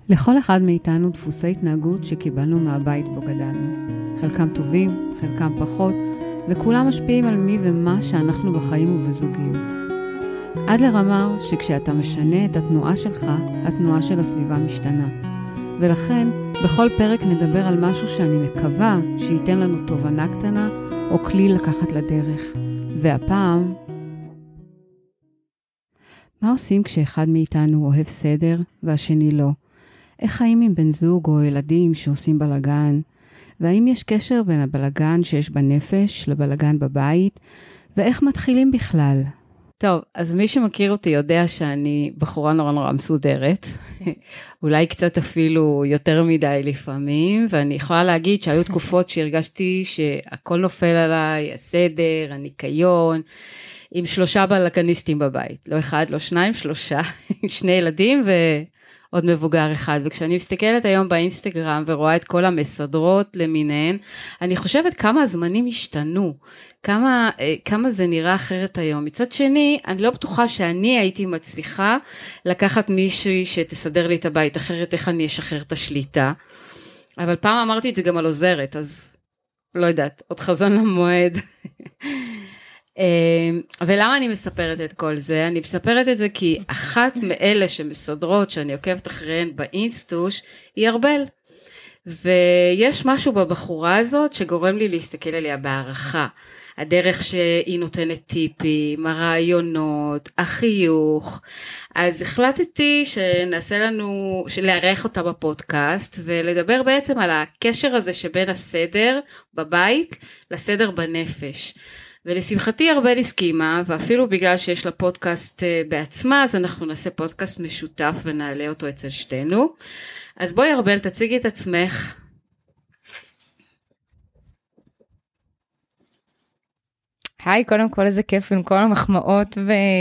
לכל אחד מאיתנו דפוסי התנהגות שקיבלנו מהבית בו גדלנו. חלקם טובים, חלקם פחות, וכולם משפיעים על מי ומה שאנחנו בחיים ובזוגיות. עד לרמה שכשאתה משנה את התנועה שלך, התנועה של הסביבה משתנה. ולכן, בכל פרק נדבר על משהו שאני מקווה שייתן לנו תובנה קטנה או כלי לקחת לדרך. והפעם, מה עושים כשאחד מאיתנו אוהב סדר והשני לא? איך חיים עם בן זוג או ילדים שעושים בלגן? והאם יש קשר בין הבלגן שיש בנפש לבלגן בבית? ואיך מתחילים בכלל? טוב, אז מי שמכיר אותי יודע שאני בחורה נורא מסודרת. אולי קצת אפילו יותר מדי לפעמים, ואני יכולה להגיד שהיו תקופות שהרגשתי שהכל נופל עליי, הסדר, הניקיון, עם 3 בלגניסטים בבית. לא 1, לא 2, 3, 2 ילדים ועוד מבוגר אחד. וכשאני מסתכלת היום באינסטגרם ורואה את כל המסדרות למיניהן, אני חושבת כמה הזמנים השתנו, כמה זה נראה אחרת היום. מצד שני, אני לא בטוחה שאני הייתי מצליחה לקחת מישהי שתסדר לי את הבית, אחרת איך אני אשחרר את השליטה. אבל פעם אמרתי את זה גם על עוזרת, אז לא יודעת, עוד חזון למועד. ולמה אני מספרת את כל זה? אני מספרת את זה כי אחת מאלה שמסדרות שאני עוקבת אחריהן באינסטוש היא ארבל. ויש משהו בבחורה הזאת שגורם לי להסתכל עליה בהערכה. הדרך שהיא נותנת טיפים, הרעיונות, החיוך. אז החלטתי שנעשה לנו, לארח אותה בפודקאסט, ולדבר בעצם על הקשר הזה שבין הסדר בבית לסדר בנפש. ולשמחתי ארבל הסכימה, ואפילו בגלל שיש לה פודקאסט בעצמה, אז אנחנו נעשה פודקאסט משותף ונעלה אותו אצל שתינו. אז בואי ארבל, תציגי את עצמך. היי, קודם כל איזה כיף עם כל המחמאות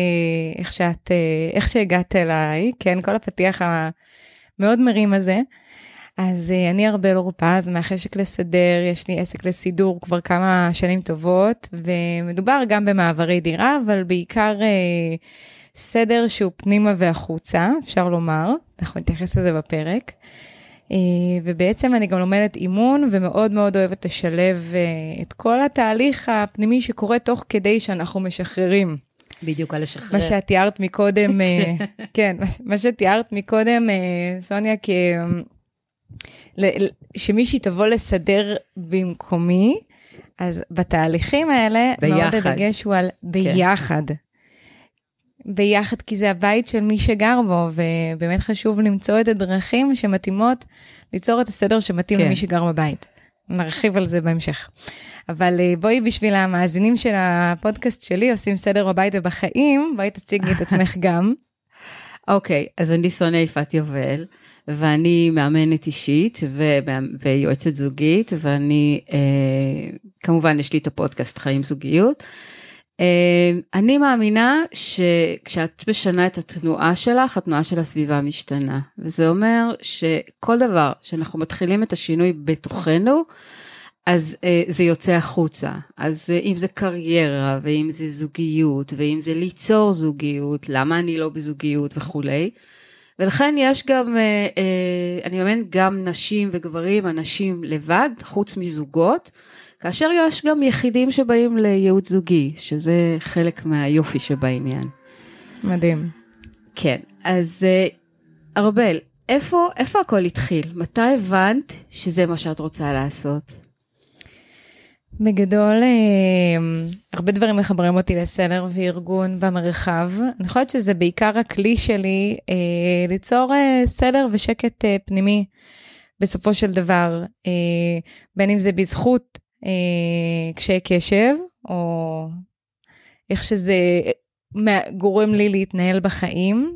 ואיך שהגעת אליי, כן, כל הפתיח המאוד מרים הזה. אז אני ארבל אורפז, מהחשק לסדר, יש לי עסק לסידור כבר כמה שנים טובות, ומדובר גם במעברי דירה, אבל בעיקר סדר שהוא פנימה והחוצה, אפשר לומר, אנחנו נתייחס לזה בפרק. ובעצם אני גם לומדת אימון, ומאוד מאוד אוהבת לשלב את כל התהליך הפנימי שקורה תוך כדי שאנחנו משחררים. בדיוק על לשחרר. מה שאת תיארת מקודם, כן, מה שתיארת מקודם, סוניה, שמישהי תבוא לסדר במקומי, אז בתהליכים האלה, מאוד הדגש הוא על ביחד. ביחד, כי זה הבית של מי שגר בו, ובאמת חשוב למצוא את הדרכים שמתאימות, ליצור את הסדר שמתאים למי שגר בבית. נרחיב על זה בהמשך. אבל בואי בשביל המאזינים של הפודקאסט שלי, עושים סדר בבית ובחיים, בואי תציגי את עצמך גם. אוקיי, אז אני סוניה יפעת יובל, ואני מאמנת אישית ויועצת זוגית, ואני, כמובן יש לי את הפודקאסט חיים זוגיות. אני מאמינה שכשאת משנה את התנועה שלך, התנועה של הסביבה משתנה. וזה אומר שכל דבר שאנחנו מתחילים את השינוי בתוכנו, אז זה יוצא החוצה. אז אם זה קריירה, ואם זה זוגיות, ואם זה ליצור זוגיות, למה אני לא בזוגיות וכולי. ולכן יש גם, אני מאמין גם נשים וגברים, אנשים לבד, חוץ מזוגות, כאשר יש גם יחידים שבאים לייעוץ זוגי, שזה חלק מהיופי שבעניין. מדהים. כן, אז ארבל, איפה הכל התחיל? מתי הבנת שזה מה שאת רוצה לעשות? בגדול, הרבה דברים מחברים אותי לסדר וארגון במרחב. אני חושבת שזה בעיקר הכלי שלי ליצור סדר ושקט פנימי בסופו של דבר, בין אם זה בזכות קשיי קשב, או איך שזה גורם לי להתנהל בחיים,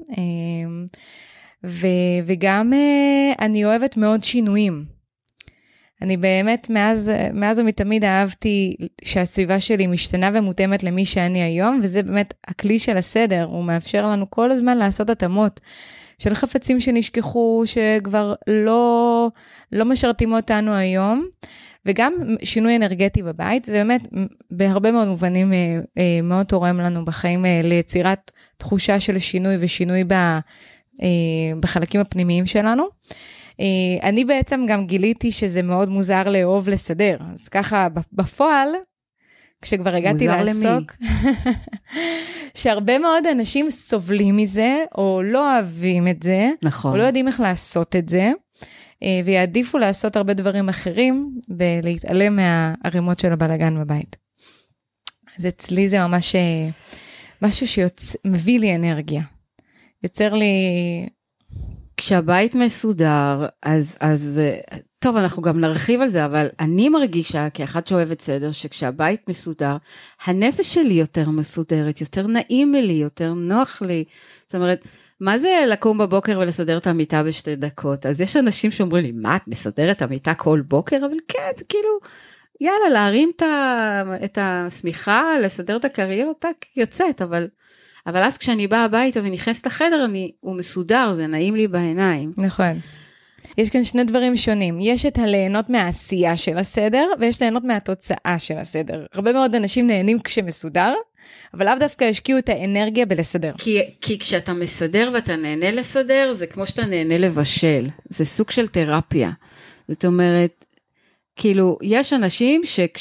וגם אני אוהבת מאוד שינויים. אני באמת מאז ומתמיד אהבתי שהסביבה שלי משתנה ומותאמת למי שאני היום, וזה באמת הכלי של הסדר, הוא מאפשר לנו כל הזמן לעשות התאמות של חפצים שנשכחו, שכבר לא משרתים אותנו היום, וגם שינוי אנרגטי בבית, זה באמת בהרבה מאוד מובנים מאוד תורם לנו בחיים ליצירת תחושה של שינוי ושינוי בחלקים הפנימיים שלנו. אני בעצם גם גיליתי שזה מאוד מוזר לאהוב לסדר, אז ככה בפועל, כשכבר הגעתי לעסוק, שהרבה מאוד אנשים סובלים מזה, או לא אוהבים את זה, נכון. או לא יודעים איך לעשות את זה, ויעדיפו לעשות הרבה דברים אחרים, ולהתעלם מהערימות של הבלגן בבית. אז אצלי זה ממש משהו שמביא לי אנרגיה. יוצר לי... כשהבית מסודר, אז טוב, אנחנו גם נרחיב על זה, אבל אני מרגישה, כאחת שאוהבת סדר, שכשהבית מסודר, הנפש שלי יותר מסודרת, יותר נעים לי, יותר נוח לי. זאת אומרת, מה זה לקום בבוקר ולסדר את המיטה בשתי דקות? אז יש אנשים שאומרים לי, מה, את מסדרת את המיטה כל בוקר? אבל כן, זה כאילו, יאללה, להרים את השמיכה, לסדר את הקריירות, יוצאת, אבל אז כשאני באה הביתה ונכנסת לחדר, הוא מסודר, זה נעים לי בעיניים. נכון. יש כאן שני דברים שונים. יש את הליהנות מהעשייה של הסדר, ויש ליהנות מהתוצאה של הסדר. הרבה מאוד אנשים נהנים כשמסודר, אבל לאו דווקא השקיעו את האנרגיה בלסדר. כי כשאתה מסדר ואתה נהנה לסדר, זה כמו שאתה נהנה לבשל. זה סוג של תרפיה. זאת אומרת, כאילו, יש אנשים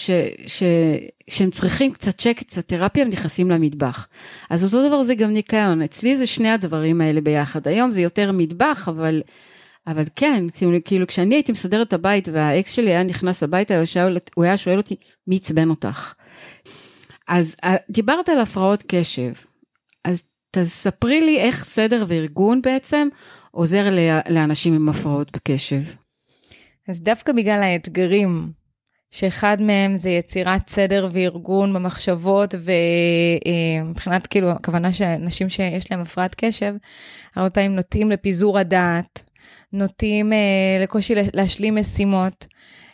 שהם צריכים קצת שקט, קצת תרפיה, הם נכנסים למטבח. אז אותו דבר זה גם ניקיון. אצלי זה שני הדברים האלה ביחד. היום זה יותר מטבח, אבל כן, כאילו כשאני הייתי מסדרת את הבית, והאקס שלי היה נכנס הביתה, הוא היה שואל אותי, מי עצבן אותך? אז דיברת על הפרעות קשב. אז תספרי לי איך סדר וארגון בעצם עוזר לאנשים עם הפרעות בקשב. אז דווקא בגלל האתגרים, שאחד מהם זה יצירת סדר וארגון במחשבות, ומבחינת כאילו הכוונה שאנשים שיש להם הפרעת קשב, הרבה פעמים נוטים לפיזור הדעת, נוטים לקושי להשלים משימות.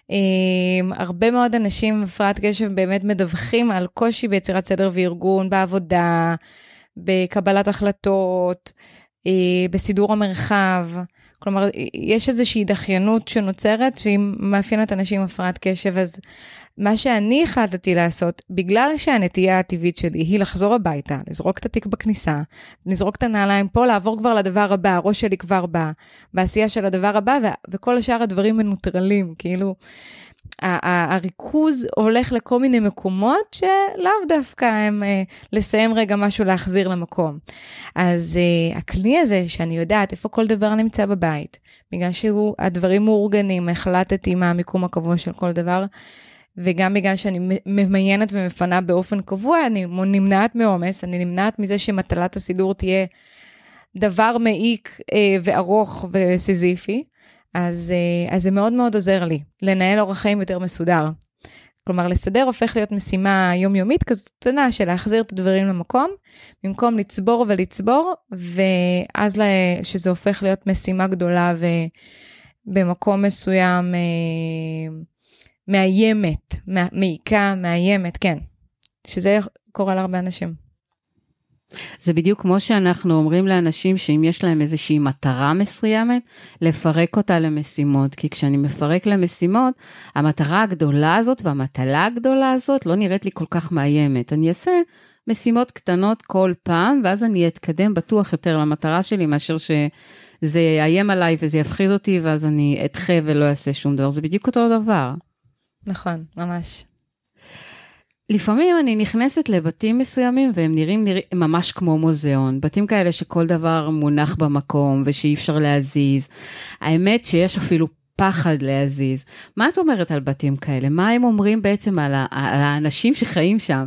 הרבה מאוד אנשים עם הפרעת קשב באמת מדווחים על קושי ביצירת סדר וארגון, בעבודה, בקבלת החלטות, בסידור המרחב. כלומר, יש איזושהי דחיינות שנוצרת, שהיא מאפיינת אנשים עם הפרעת קשב, אז מה שאני החלטתי לעשות, בגלל שהנטייה הטבעית שלי היא לחזור הביתה, לזרוק את התיק בכניסה, לזרוק את הנעליים פה, לעבור כבר לדבר הבא, הראש שלי כבר בא, בעשייה של הדבר הבא, וכל השאר הדברים מנוטרלים, כאילו, הריכוז הולך לכל מיני מקומות, שלאו דווקא הם לסיים רגע משהו להחזיר למקום. אז הכלי הזה, שאני יודעת איפה כל דבר נמצא בבית, בגלל שהדברים מאורגנים, החלטתי מה המיקום הקבוע של כל דבר, וגם בגלל שאני ממיינת ומפנה באופן קבוע, אני נמנעת מעומס, אני נמנעת מזה שמטלת הסידור תהיה דבר מעיק וארוך וסיזיפי, אז זה מאוד מאוד עוזר לי, לנהל אורח חיים יותר מסודר. כלומר, לסדר הופך להיות משימה יומיומית, כזאת קטנה של להחזיר את הדברים למקום, במקום לצבור ולצבור, ואז שזה הופך להיות משימה גדולה, ובמקום מסוים מאיימת, מעיקה, מאיימת, כן. שזה קורה להרבה אנשים. זה בדיוק כמו שאנחנו אומרים לאנשים שאם יש להם איזושהי מטרה מסוימת, לפרק אותה למשימות, כי כשאני מפרק למשימות, המטרה הגדולה הזאת והמטלה הגדולה הזאת לא נראית לי כל כך מאיימת. אני אעשה משימות קטנות כל פעם, ואז אני אתקדם בטוח יותר למטרה שלי, מאשר שזה יאיים עליי וזה יפחיד אותי, ואז אני אתחה ולא אעשה שום דבר. זה בדיוק אותו דבר. נכון, ממש. לפעמים אני נכנסת לבתים מסוימים, והם נראים ממש כמו מוזיאון. בתים כאלה שכל דבר מונח במקום, ושאי אפשר להזיז. האמת שיש אפילו פחד להזיז. מה את אומרת על בתים כאלה? מה הם אומרים בעצם על האנשים שחיים שם?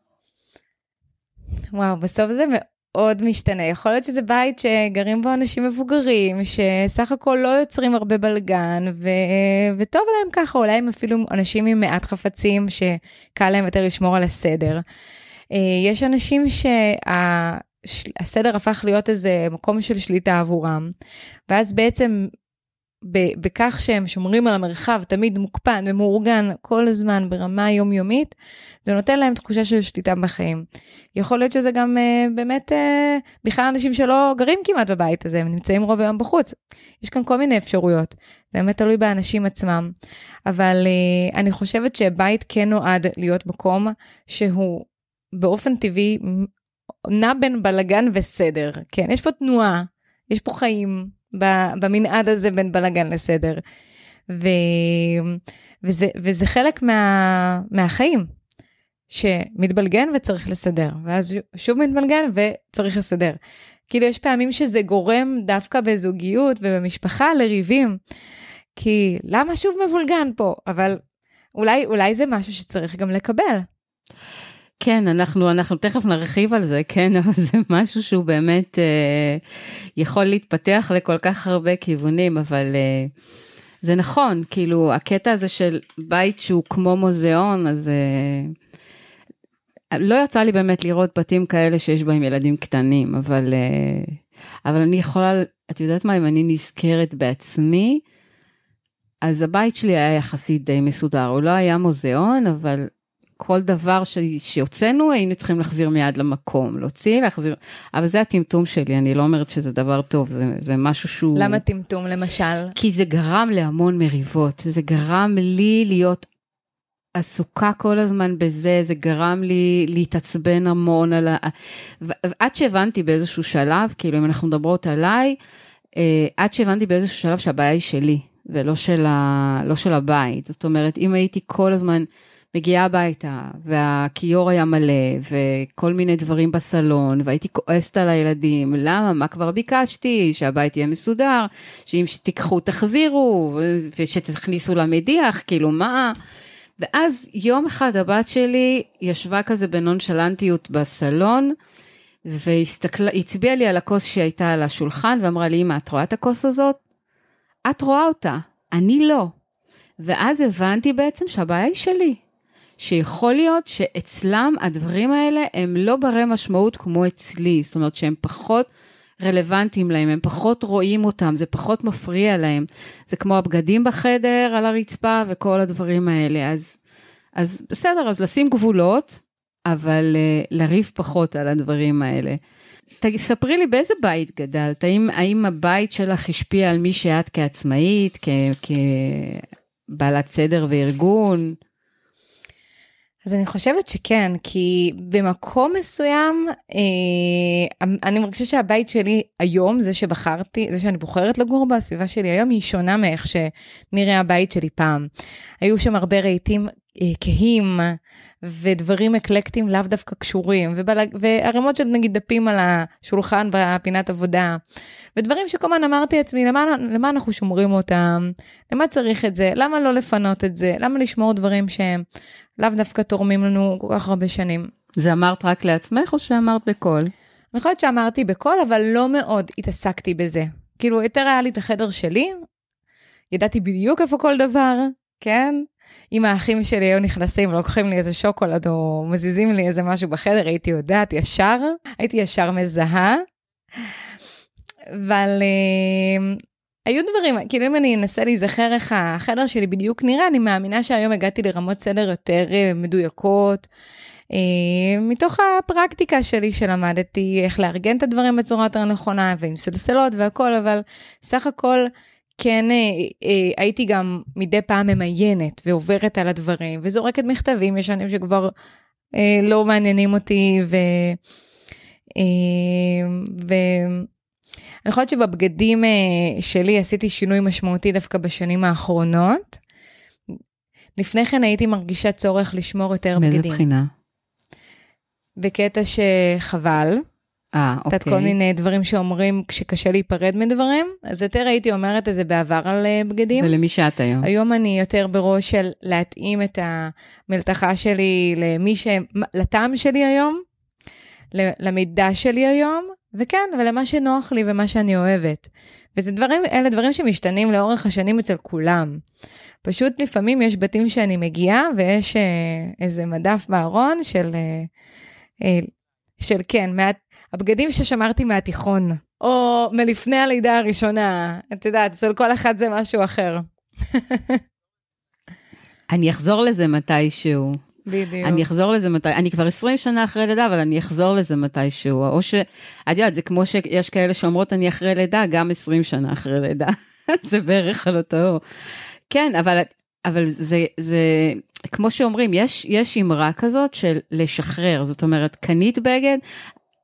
וואו, בסוף זה מאוד משתנה. יכול להיות שזה בית שגרים בו אנשים מבוגרים, שסך הכל לא יוצרים הרבה בלגן, וטוב להם ככה, אולי הם אפילו אנשים עם מעט חפצים, שקל להם יותר לשמור על הסדר. יש אנשים שהסדר הפך להיות איזה מקום של שליטה עבורם, ואז בעצם בכך שהם שומרים על המרחב, תמיד מוקפן ומאורגן כל הזמן ברמה יומיומית, זה נותן להם תחושה של שליטה בחיים. יכול להיות שזה גם באמת בכלל אנשים שלא גרים כמעט בבית הזה, הם נמצאים רוב היום בחוץ. יש כאן כל מיני אפשרויות, באמת תלוי באנשים עצמם, אבל אני חושבת שבית כן נועד להיות מקום שהוא באופן טבעי נע בין בלגן וסדר. כן, יש פה תנועה, יש פה חיים במנעד הזה בין בלגן לסדר. וזה חלק מהחיים, שמתבלגן וצריך לסדר, ואז שוב מתבלגן וצריך לסדר. כאילו יש פעמים שזה גורם דווקא בזוגיות ובמשפחה לריבים, כי למה שוב מבולגן פה? אבל אולי זה משהו שצריך גם לקבל. כן, אנחנו תכף נרחיב על זה, כן, אבל זה משהו שהוא באמת יכול להתפתח לכל כך הרבה כיוונים, אבל זה נכון, כאילו הקטע הזה של בית שהוא כמו מוזיאון, אז לא יצא לי באמת לראות בתים כאלה שיש בהם ילדים קטנים, אבל אני יכולה, את יודעת מה, אם אני נזכרת בעצמי, אז הבית שלי היה יחסית די מסודר, הוא לא היה מוזיאון, אבל כל דבר שיוצאנו, היינו צריכים להחזיר מיד למקום, להוציא, להחזיר, אבל זה הטמטום שלי, אני לא אומרת שזה דבר טוב, זה משהו שהוא... למה טמטום למשל? כי זה גרם להמון מריבות, זה גרם לי להיות עסוקה כל הזמן בזה, זה גרם לי להתעצבן המון, עד שהבנתי באיזשהו שלב, כאילו אם אנחנו מדברות עליי, עד שהבנתי באיזשהו שלב שהבעיה היא שלי, ולא של הבית, זאת אומרת, אם הייתי כל הזמן מגיעה הביתה, והכיור היה מלא, וכל מיני דברים בסלון, והייתי כועסת על הילדים, למה? מה כבר ביקשתי? שהבית יהיה מסודר, שאם תיקחו תחזירו, ושתכניסו למדיח, כאילו מה? ואז יום אחד הבת שלי ישבה כזה בנונשלנטיות בסלון, והצביעה לי על הכוס שהייתה על השולחן, ואמרה לי, אמא, את רואה את הכוס הזאת? את רואה אותה, אני לא. ואז הבנתי בעצם שהבעיה היא שלי. שיכול להיות שאצלם הדברים האלה הם לא ברי משמעות כמו אצלי, זאת אומרת שהם פחות רלוונטיים להם, הם פחות רואים אותם, זה פחות מפריע להם, זה כמו הבגדים בחדר על הרצפה וכל הדברים האלה, אז בסדר, אז לשים גבולות, אבל לריב פחות על הדברים האלה. ספרי לי באיזה בית גדלת, האם הבית שלך השפיע על מי שאת כעצמאית, כבעלת סדר וארגון? אז אני חושבת שכן, כי במקום מסוים, אני מרגישה שהבית שלי היום, זה שאני בוחרת לגור בסביבה שלי היום, היא שונה מאיך שנראה הבית שלי פעם. היו שם הרבה רהיטים כהים, ודברים אקלקטיים לאו דווקא קשורים, והרמות של נגיד דפים על השולחן בפינת עבודה, ודברים שכל הזמן אמרתי לעצמי, למה אנחנו שומרים אותם, למה צריך את זה, למה לא לפנות את זה, למה לשמור דברים שהם לאו דווקא תורמים לנו כל כך הרבה שנים. זה אמרת רק לעצמך או שאמרת בכל? אני חושבת שאמרתי בכל, אבל לא מאוד התעסקתי בזה. כאילו יותר היה לי את החדר שלי, ידעתי בדיוק איפה כל דבר, כן? אם האחים שלי היו נכנסים ולוקחים לי איזה שוקולד או מזיזים לי איזה משהו בחדר, הייתי יודעת הייתי ישר מזהה. אבל היו דברים, כאילו אם אני אנסה להיזכר איך החדר שלי בדיוק נראה, אני מאמינה שהיום הגעתי לרמות סדר יותר מדויקות, מתוך הפרקטיקה שלי שלמדתי איך לארגן את הדברים בצורה יותר נכונה, ועם סלסלות והכל, אבל סך הכל כן הייתי גם מדי פעם ממיינת ועוברת על הדברים, וזורקת מכתבים ישנים שכבר לא מעניינים אותי, אני חושבת שבבגדים שלי עשיתי שינוי משמעותי דווקא בשנים האחרונות. לפני כן הייתי מרגישה צורך לשמור יותר בגדים. מאיזה בחינה? בקטע שחבל. אוקיי. כל מיני דברים שאומרים כשקשה להיפרד מדברים. אז יותר הייתי אומרת את זה בעבר על בגדים. ולמי שאת היום? היום אני יותר בראש של להתאים את המלתחה שלי לטעם שלי היום, למידע שלי היום, וכן, ולמה שנוח לי ומה שאני אוהבת. אלה דברים שמשתנים לאורך השנים אצל כולם. פשוט לפעמים יש בתים שאני מגיעה, ויש איזה מדף בארון של כן, הבגדים ששמרתי מהתיכון, או מלפני הלידה הראשונה. את יודעת, אצל כל אחד זה משהו אחר. אני אחזור לזה מתישהו. בדיוק. אני אחזור לזה אני כבר 20 שנה אחרי לידה, אבל אני אחזור לזה מתישהו, או את יודעת, זה כמו שיש כאלה שאומרות אני אחרי לידה, גם 20 שנה אחרי לידה, זה בערך על אותו, כן, אבל זה, כמו שאומרים, יש אמרה כזאת של לשחרר, זאת אומרת, קנית בגד,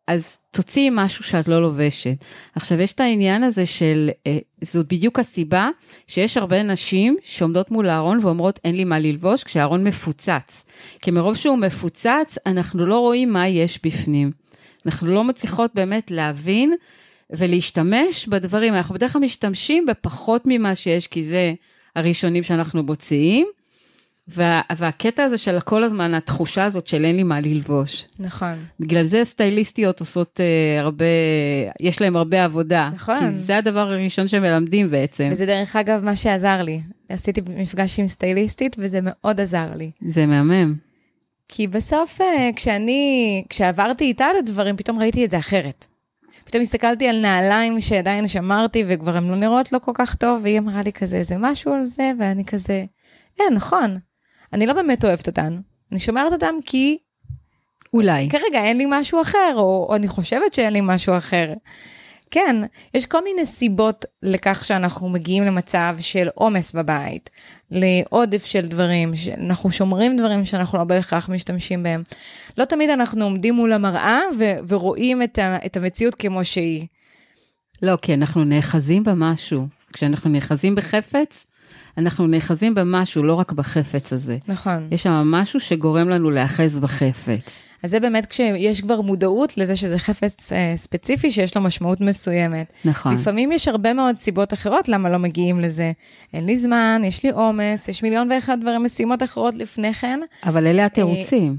אז תוציאי משהו שאת לא לובשת. עכשיו, יש את העניין הזה של, זאת בדיוק הסיבה, שיש הרבה נשים שעומדות מול הארון ואומרות, אין לי מה ללבוש, כשהארון מפוצץ. כי מרוב שהוא מפוצץ, אנחנו לא רואים מה יש בפנים. אנחנו לא מצליחות באמת להבין ולהשתמש בדברים. אנחנו בדרך כלל משתמשים בפחות ממה שיש, כי זה הראשונים שאנחנו מוציאים, והקטע הזה של כל הזמן, התחושה הזאת של אין לי מה ללבוש. נכון. בגלל זה סטייליסטיות עושות הרבה, יש להם הרבה עבודה. נכון. כי זה הדבר הראשון שמלמדים בעצם. וזה דרך אגב מה שעזר לי. עשיתי מפגש עם סטייליסטית, וזה מאוד עזר לי. זה מהמם. כי בסוף, כשעברתי איתה לדברים, פתאום ראיתי את זה אחרת. פתאום הסתכלתי על נעליים שעדיין שמרתי, וכבר הן לא נראות לא כל כך טוב, והיא אמרה לי כזה, זה משהו על זה, ואני כזה, נכון. אני לא באמת אוהבת אותן. אני שומרת אותן כי אולי. כרגע אין לי משהו אחר, או אני חושבת שאין לי משהו אחר. כן, יש כל מיני סיבות לכך שאנחנו מגיעים למצב של עומס בבית, לעודף של דברים, אנחנו שומרים דברים שאנחנו לא בהכרח משתמשים בהם. לא תמיד אנחנו עומדים מול המראה ורואים את המציאות כמו שהיא. לא, כי אנחנו נאחזים במשהו. כשאנחנו נאחזים בחפץ, אנחנו נאחזים במשהו, לא רק בחפץ הזה. נכון. יש שם משהו שגורם לנו לאחז בחפץ. אז זה באמת כשיש כבר מודעות לזה שזה חפץ ספציפי שיש לו משמעות מסוימת. נכון. לפעמים יש הרבה מאוד סיבות אחרות למה לא מגיעים לזה. אין לי זמן, יש לי עומס, יש 1,001 דברים משימות אחרות לפני כן. אבל אלה התירוצים.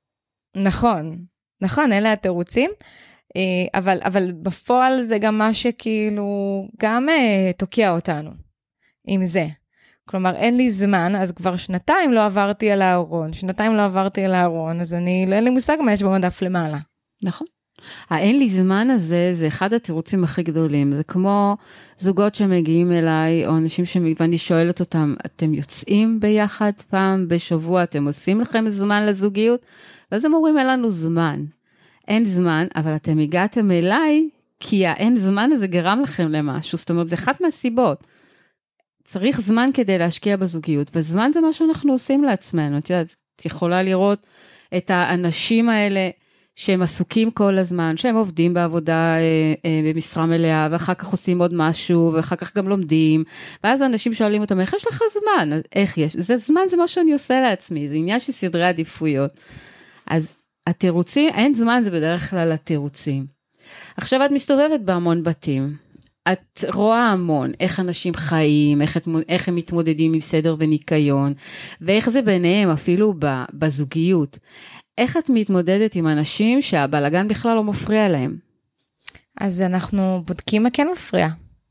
נכון, אלה התירוצים. אבל בפועל זה גם מה שכאילו גם תוקיע אותנו עם זה. כלומר, אין לי זמן, אז כבר שנתיים לא עברתי על הארון, אז אין לי מושג מה יש במדף למעלה. נכון. האין לי זמן הזה, זה אחד התירוצים הכי גדולים. זה כמו זוגות שמגיעים אליי, או אנשים ואני שואלת אותם, אתם יוצאים ביחד פעם בשבוע, אתם עושים לכם זמן לזוגיות? ואז הם אומרים, אין לנו זמן. אין זמן, אבל אתם הגעתם אליי, כי האין זמן הזה גרם לכם למשהו. זאת אומרת, זה אחת מהסיבות. צריך זמן כדי להשקיע בזוגיות, וזמן זה מה שאנחנו עושים לעצמנו. את יודעת, את יכולה לראות את האנשים האלה שהם עסוקים כל הזמן, שהם עובדים בעבודה במשרה מלאה, ואחר כך עושים עוד משהו, ואחר כך גם לומדים, ואז האנשים שואלים אותם, איך יש לך זמן? איך יש? זה זמן, זה מה שאני עושה לעצמי, זה עניין של סדרי עדיפויות. אז התירוצים, אין זמן, זה בדרך כלל התירוצים. עכשיו את מסתובבת בהמון בתים, את רואה המון איך אנשים חיים, איך הם מתמודדים עם סדר וניקיון, ואיך זה ביניהם אפילו בזוגיות. איך את מתמודדת עם אנשים שהבלגן בכלל לא מפריע להם? אז אנחנו בודקים מה כן מפריע.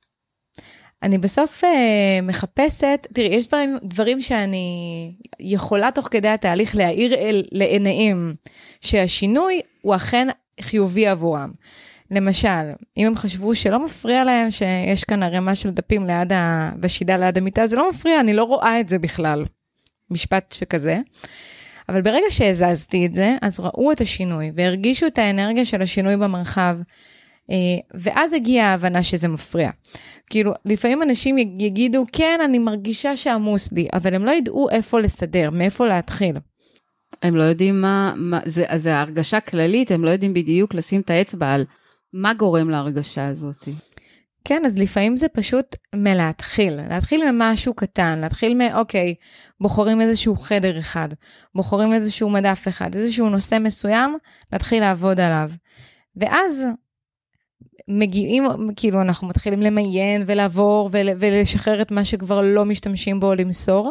אני בסוף מחפשת, תראי, יש דברים שאני יכולה תוך כדי התהליך להעיר לעיניהם, שהשינוי הוא אכן חיובי עבורם. למשל, אם הם חשבו שלא מפריע להם, שיש כאן הרמה של דפים בשידה ליד המיטה, זה לא מפריע, אני לא רואה את זה בכלל. משפט שכזה. אבל ברגע שהזזתי את זה, אז ראו את השינוי, והרגישו את האנרגיה של השינוי במרחב, ואז הגיעה ההבנה שזה מפריע. כאילו, לפעמים אנשים יגידו, כן, אני מרגישה שעמוס לי, אבל הם לא ידעו איפה לסדר, מאיפה להתחיל. הם לא יודעים זה הרגשה כללית, הם לא יודעים בדיוק לשים את האצבע על מה גורם להרגשה הזאת. כן, אז לפעמים זה פשוט להתחיל ממשהו קטן, להתחיל אוקיי, בוחרים איזשהו חדר אחד, בוחרים איזשהו מדף אחד, איזשהו נושא מסוים, להתחיל לעבוד עליו. ואז מגיעים, כאילו אנחנו מתחילים למיין ולעבור ולשחרר את מה שכבר לא משתמשים בו למסור,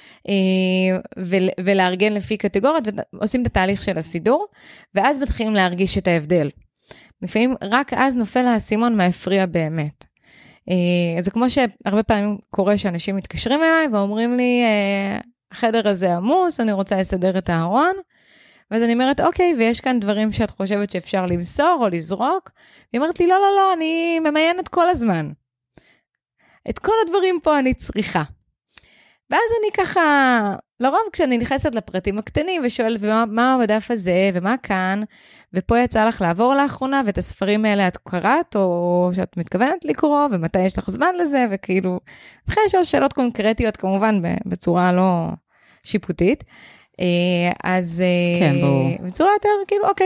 ולארגן לפי קטגוריות, ועושים את התהליך של הסידור, ואז מתחילים להרגיש את ההבדל. לפעמים רק אז נופל האסימון מה הפריע באמת. זה כמו שהרבה פעמים קורה שאנשים מתקשרים אליי, ואומרים לי, החדר הזה עמוס, אני רוצה לסדר את הארון, ואז אני אומרת, אוקיי, ויש כאן דברים שאת חושבת שאפשר למסור או לזרוק, והיא אומרת לי, לא, אני ממיינת כל הזמן. את כל הדברים פה אני צריכה. ואז אני ככה, לרוב כשאני נכנסת לפרטים הקטנים ושואלת מה המדף הזה ומה כאן, ופה יצא לך לעבור לאחרונה, ואת הספרים האלה את קראת, או שאת מתכוונת לקרוא, ומתי יש לך זמן לזה, וכאילו, אחרי יש עוד שאלות קונקרטיות, כמובן, בצורה לא שיפוטית, אז כן, בצורה יותר, כאילו, אוקיי,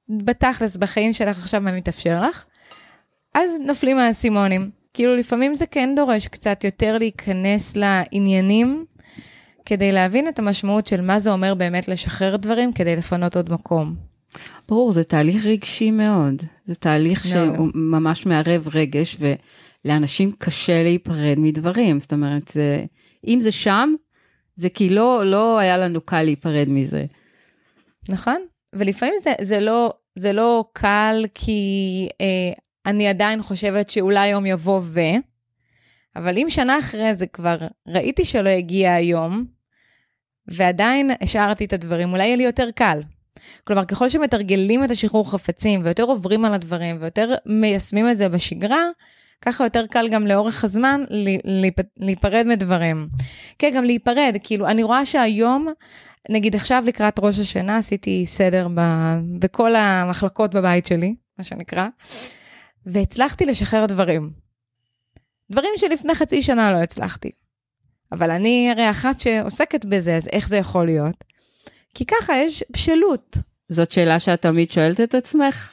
בתכלס בחיים שלך עכשיו מה מתאפשר לך, אז נפלים האסימונים. כאילו לפעמים זה כן דורש קצת יותר להיכנס לעניינים, כדי להבין את המשמעות של מה זה אומר באמת לשחרר דברים, כדי לפנות עוד מקום. ברור, זה תהליך רגשי מאוד. זה תהליך שהוא ממש מערב רגש, ולאנשים קשה להיפרד מדברים. זאת אומרת, אם זה שם, זה כי לא היה לנו קל להיפרד מזה. נכון? ולפעמים זה לא קל, כי אני עדיין חושבת שאולי יום יבוא אבל אם שנה אחרי זה כבר ראיתי שלא הגיע היום, ועדיין השארתי את הדברים, אולי יהיה לי יותר קל. כלומר, ככל שמתרגלים את השחרור חפצים, ויותר עוברים על הדברים, ויותר מיישמים את זה בשגרה, ככה יותר קל גם לאורך הזמן להיפרד מדברים. כן, גם להיפרד, כאילו, אני רואה שהיום, נגיד עכשיו לקראת ראש השנה, עשיתי סדר בכל המחלקות בבית שלי, מה שנקרא, והצלחתי לשחרר דברים. דברים שלפני חצי שנה לא הצלחתי. אבל אני הרי אחת שעוסקת בזה, אז איך זה יכול להיות? כי ככה יש בשלות. זאת שאלה שאת תמיד שואלת את עצמך?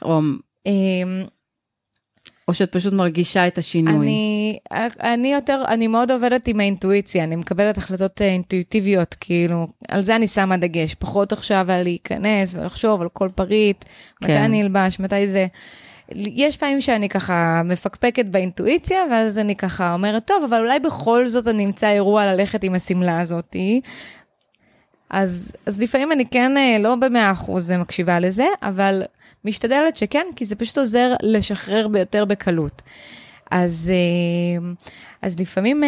או שאת פשוט מרגישה את השינוי? אני מאוד עובדת עם האינטואיציה, אני מקבלת החלטות אינטואיטיביות, כאילו, על זה אני שמה דגש, פחות עכשיו על להיכנס ולחשוב על כל פריט, מתי אני אלבש, מתי זה. יש פעמים שאני ככה מפקפקת באינטואיציה, ואז אני ככה אומרת, טוב, אבל אולי בכל זאת אני אמצא אירוע ללכת עם הסמלה הזאת. אז לפעמים אני כן לא ב100% מקשיבה לזה, אבל משתדלת שכן, כי זה פשוט עוזר לשחרר ביותר בקלות. אז לפעמים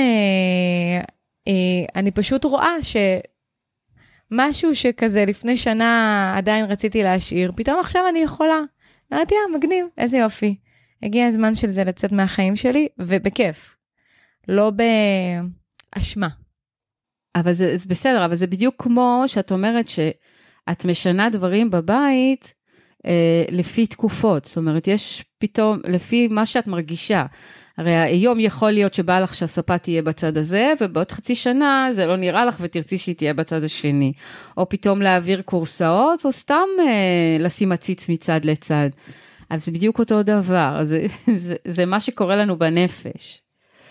אני פשוט רואה שמשהו שכזה לפני שנה עדיין רציתי להשאיר, פתאום עכשיו אני יכולה. אמרתי, מגניב, איזה יופי. הגיע הזמן של זה לצאת מהחיים שלי, ובכיף. לא באשמה. אבל זה בסדר, אבל זה בדיוק כמו שאת אומרת שאת משנה דברים בבית לפי תקופות. זאת אומרת, יש פתאום, לפי מה שאת מרגישה. הרי היום יכול להיות שבא לך שהספה תהיה בצד הזה, ובעוד חצי שנה זה לא נראה לך ותרצי שהיא תהיה בצד השני. או פתאום להעביר קורסאות, או סתם לשים עציץ מצד לצד. אבל זה בדיוק אותו דבר. זה מה שקורה לנו בנפש.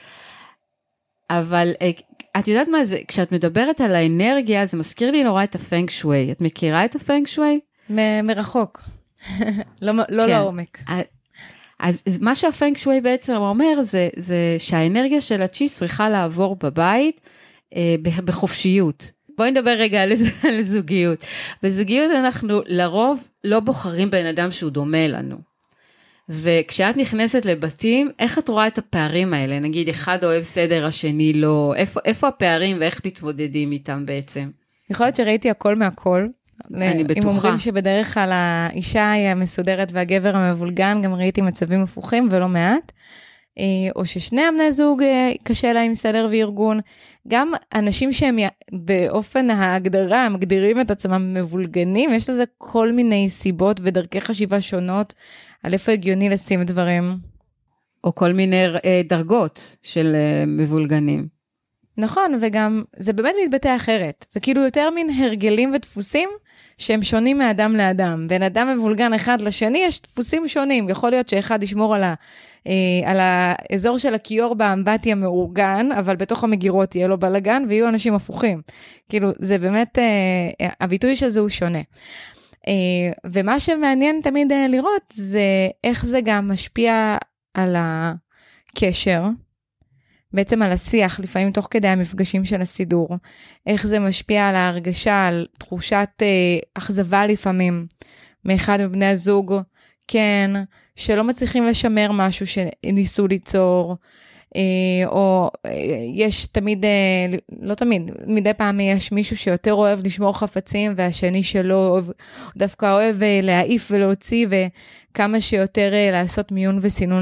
אבל את יודעת מה זה, כשאת מדברת על האנרגיה, זה מזכיר לי נורא את הפנג שווי. את מכירה את הפנג שווי? מרחוק. לא לעומק. אז מה שהפנג שווי בעצם אומר, זה שהאנרגיה של הצ'י צריכה לעבור בבית בחופשיות. בואי נדבר רגע על זוגיות. בזוגיות אנחנו לרוב לא בוחרים בן אדם שהוא דומה לנו. וכשאת נכנסת לבתים, איך את רואה את הפערים האלה? נגיד, אחד אוהב סדר, השני לא. איפה הפערים ואיך מתמודדים איתם בעצם? יכול להיות שראיתי הכל מהכל. אני בטוחה. אם אומרים שבדרך כלל האישה היא המסודרת והגבר המבולגן, גם ראיתי מצבים הפוכים ולא מעט. או ששני הבני זוג קשה להם סדר וארגון. גם אנשים שהם באופן ההגדרה, מגדירים את עצמם מבולגנים, יש לזה כל מיני סיבות ודרכי חשיבה שונות, על איפה הגיוני לשים דברים. או כל מיני דרגות של מבולגנים. נכון, וגם זה באמת מתבטא אחרת. זה כאילו יותר מין הרגלים ודפוסים שהם שונים מאדם לאדם. בין אדם מבולגן אחד לשני יש דפוסים שונים. יכול להיות שאחד ישמור על האזור של הכיור באמבטיה מאורגן, אבל בתוך המגירות יהיה לו בלגן, ויהיו אנשים הפוכים. כאילו, זה באמת, הביטוי של זה הוא שונה. ומה שמעניין תמיד לראות, זה איך זה גם משפיע על הקשר, בעצם על השיח, לפעמים תוך כדי המפגשים של הסידור, איך זה משפיע על ההרגשה, על תחושת אכזבה לפעמים, מאחד מבני הזוג, כן, שלא מצליחים לשמר משהו שניסו ליצור, או יש תמיד, לא תמיד, מדי פעם יש מישהו שיותר אוהב לשמור חפצים, והשני שלא דווקא אוהב להעיף ולהוציא, וכמה שיותר לעשות מיון וסינון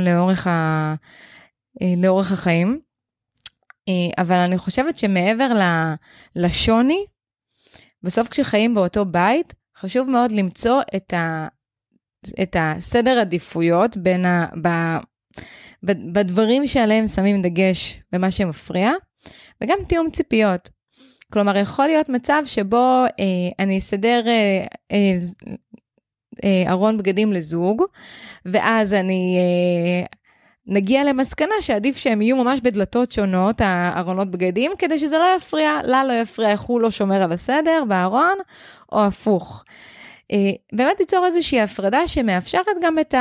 לאורך החיים. אבל אני חושבת שמעבר לשוני, בסוף כשחיים באותו בית, חשוב מאוד למצוא את הסדר עדיפויות בדברים שעליהם שמים דגש במה שמפריע, וגם תיאום ציפיות. כלומר, יכול להיות מצב שבו אני אסדר ארון בגדים לזוג, ואז אני נגיע למסקנה שעדיף שהם יהיו ממש בדלתות שונות, הארונות בגדים, כדי שזה לא יפריע, לה לא יפריע איך הוא לא שומר על הסדר בארון, או הפוך. באמת ליצור איזושהי הפרדה שמאפשרת גם את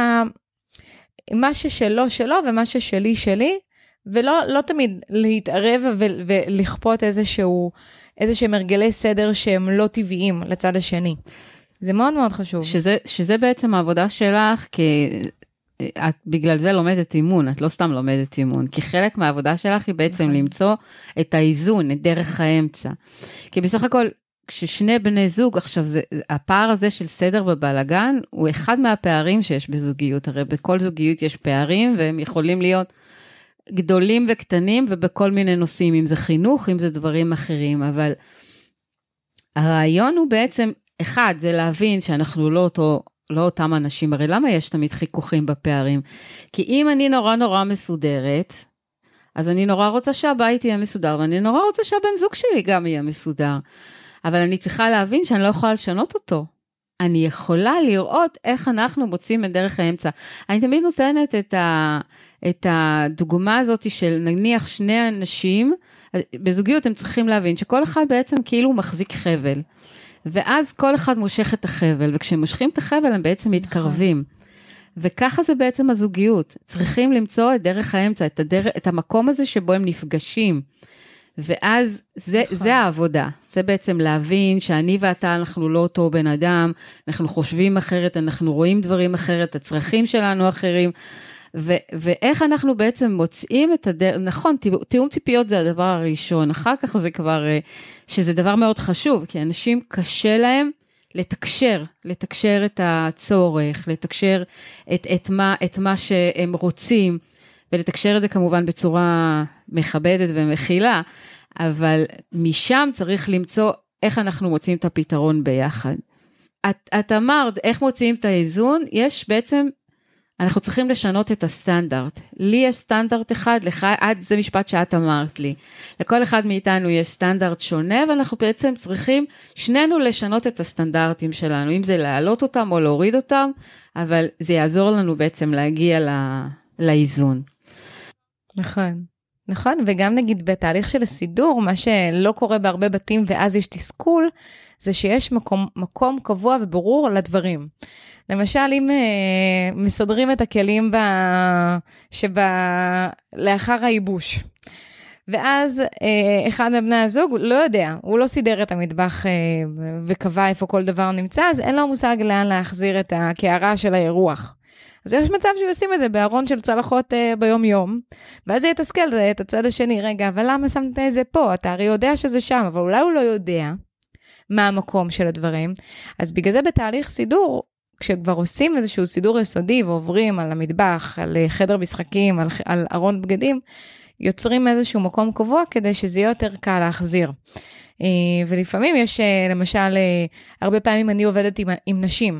מה ששלו שלו ומה ששלי שלי, ולא תמיד להתערב ולכפות איזשהם הרגלי סדר שהם לא טבעיים לצד השני. זה מאוד מאוד חשוב. שזה בעצם העבודה שלך, כי את בגלל זה לומדת אימון, את לא סתם לומדת אימון, כי חלק מהעבודה שלך היא בעצם למצוא את האיזון, את דרך האמצע. כי בסך הכל, כששני בני זוג, עכשיו הפער הזה של סדר בבלגן, הוא אחד מהפערים שיש בזוגיות, הרי בכל זוגיות יש פערים, והם יכולים להיות גדולים וקטנים, ובכל מיני נושאים, אם זה חינוך, אם זה דברים אחרים, אבל הרעיון הוא בעצם, אחד, זה להבין שאנחנו לא אותם אנשים, הרי למה יש תמיד חיכוכים בפערים? כי אם אני נורא מסודרת, אז אני נורא רוצה שהבית יהיה מסודר, ואני נורא רוצה שהבן זוג שלי גם יהיה מסודר, אבל אני צריכה להבין שאני לא יכולה לשנות אותו. אני יכולה לראות איך אנחנו מוצאים את דרך האמצע. אני תמיד נותנת את הדוגמה הזאת של נניח שני אנשים, בזוגיות הם צריכים להבין שכל אחד בעצם כאילו מחזיק חבל, ואז כל אחד מושך את החבל, וכשהם מושכים את החבל הם בעצם מתקרבים. וככה זה בעצם הזוגיות. צריכים למצוא את דרך האמצע, את המקום הזה שבו הם נפגשים. ואז זה העבודה. זה בעצם להבין שאני ואתה אנחנו לא אותו בן אדם, אנחנו חושבים אחרת, אנחנו רואים דברים אחרת, הצרכים שלנו אחרים, ואיך אנחנו בעצם מוצאים את הדרך, נכון, תיאום ציפיות זה הדבר הראשון, אחר כך זה כבר, שזה דבר מאוד חשוב, כי אנשים קשה להם לתקשר את הצורך, לתקשר את מה שהם רוצים, ולתקשר את זה כמובן בצורה מכבדת ומכילה, אבל משם צריך למצוא איך אנחנו מוצאים את הפתרון ביחד. את אמרת, איך מוצאים את האיזון? יש בעצם, אנחנו צריכים לשנות את הסטנדרט. לי יש סטנדרט אחד, זה משפט שאת אמרת לי. לכל אחד מאיתנו יש סטנדרט שונה, ואנחנו בעצם צריכים שנינו לשנות את הסטנדרטים שלנו, אם זה להעלות אותם או להוריד אותם, אבל זה יעזור לנו בעצם להגיע לאיזון. נכון, וגם נגיד בתהליך של הסידור, מה שלא קורה בהרבה בתים ואז יש תסכול, זה שיש מקום קבוע וברור לדברים. למשל, אם מסדרים את הכלים לאחר הייבוש, ואז אחד מבני הזוג לא יודע, הוא לא סידר את המטבח וקבע איפה כל דבר נמצא, אז אין לו מושג לאן להחזיר את הקערה של האירוח. אז יש מצב שישים את זה בארון של צלחות ביום יום, ואז זה יתסכל את הצד השני, רגע, אבל למה שמת את זה פה? אתה הרי יודע שזה שם, אבל אולי הוא לא יודע מה המקום של הדברים. אז בגלל זה בתהליך סידור, כשכבר עושים איזשהו סידור יסודי, ועוברים על המטבח, על חדר משחקים, על ארון בגדים, יוצרים איזשהו מקום קבוע, כדי שזה יהיה יותר קל להחזיר. ולפעמים יש, למשל, הרבה פעמים אני עובדת עם נשים,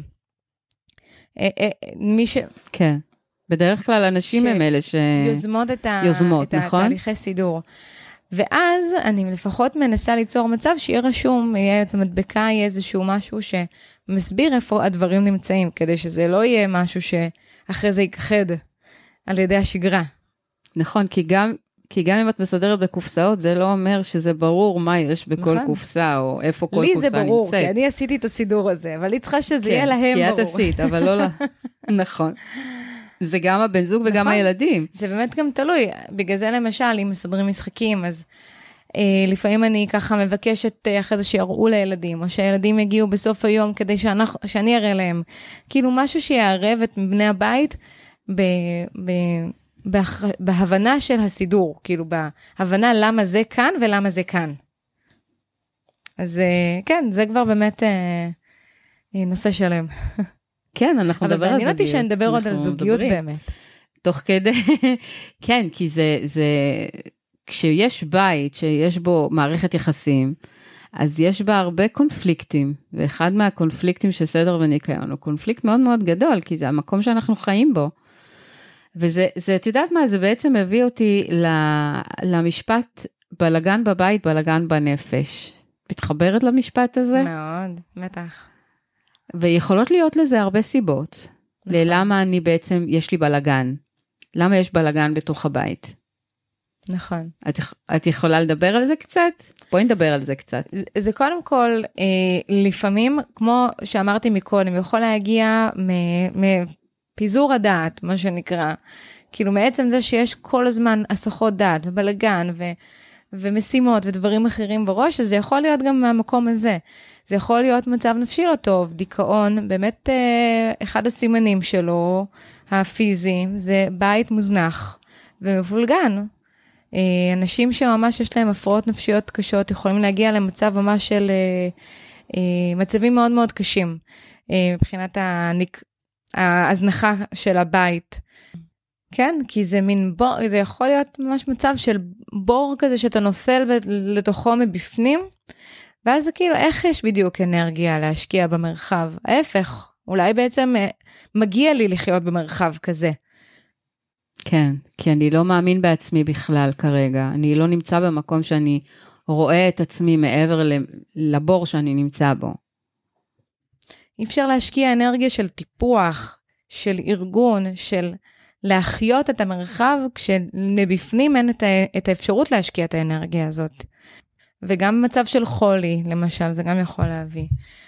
כן, בדרך כלל אנשים הם אלה יוזמות את נכון? התהליכי סידור. ואז אני לפחות מנסה ליצור מצב שיהיה רשום, יהיה את המדבקה, יהיה איזשהו משהו שמסביר איפה הדברים נמצאים, כדי שזה לא יהיה משהו שאחרי זה ייכחד על ידי השגרה. נכון, כי גם אם את מסדרת בקופסאות, זה לא אומר שזה ברור מה יש בכל קופסה, או איפה כל קופסה נמצאת. לי זה ברור, כי אני עשיתי את הסידור הזה, אבל היא צריכה שזה יהיה להם ברור. כי את עשית, אבל לא נכון. זה גם הבן זוג וגם הילדים. זה באמת גם תלוי. בגלל זה למשל, אם מסדרים משחקים, אז לפעמים אני ככה מבקשת אחרי זה שיראו לילדים, או שהילדים יגיעו בסוף היום כדי שאני אראה להם. כאילו משהו שיערב את בני הבית בהבנה של הסידור, כאילו בהבנה למה זה כאן ולמה זה כאן. אז כן, זה כבר באמת נושא שלם. כן, אנחנו נדבר על זוגיות. אבל מעניין אותי שנדבר עוד על זוגיות באמת. תוך כדי, כן, כי זה, כשיש בית, שיש בו מערכת יחסים, אז יש בה הרבה קונפליקטים, ואחד מהקונפליקטים של סדר וניקיון, הוא קונפליקט מאוד מאוד גדול, כי זה המקום שאנחנו חיים בו. וזה, את יודעת מה, זה בעצם הביא אותי למשפט, בלגן בבית, בלגן בנפש. מתחברת למשפט הזה? מאוד, בטח. ויכולות להיות לזה הרבה סיבות. נכון. ללמה אני בעצם, יש לי בלגן. למה יש בלגן בתוך הבית? נכון. את יכולה לדבר על זה קצת? בואי נדבר על זה קצת. זה קודם כל, לפעמים, כמו שאמרתי מקודם, יכול להגיע מפיזור הדעת, מה שנקרא. כאילו מעצם זה שיש כל הזמן הסחות דעת ובלגן ומשימות ודברים אחרים בראש, אז זה יכול להיות גם מהמקום הזה. זה יכול להיות מצב נפשי לא טוב, דיכאון, באמת אחד הסימנים שלו, הפיזיים, זה בית מוזנח ומפולגן. אנשים שממש יש להם הפרעות נפשיות קשות, יכולים להגיע למצב ממש של מצבים מאוד מאוד קשים, מבחינת ההזנחה של הבית. כן, כי זה מין בור, זה יכול להיות ממש מצב של בור כזה שאתה נופל לתוכו מבפנים, ואז זה כאילו, איך יש בדיוק אנרגיה להשקיע במרחב? ההפך, אולי בעצם מגיע לי לחיות במרחב כזה. כן, כי אני לא מאמין בעצמי בכלל כרגע. אני לא נמצא במקום שאני רואה את עצמי מעבר לבור שאני נמצא בו. אי אפשר להשקיע אנרגיה של טיפוח, של ארגון, של להחיות את המרחב, כשנבפנים אין את האפשרות להשקיע את האנרגיה הזאת. וגם במצב של חולי, למשל, זה גם יכול להביא.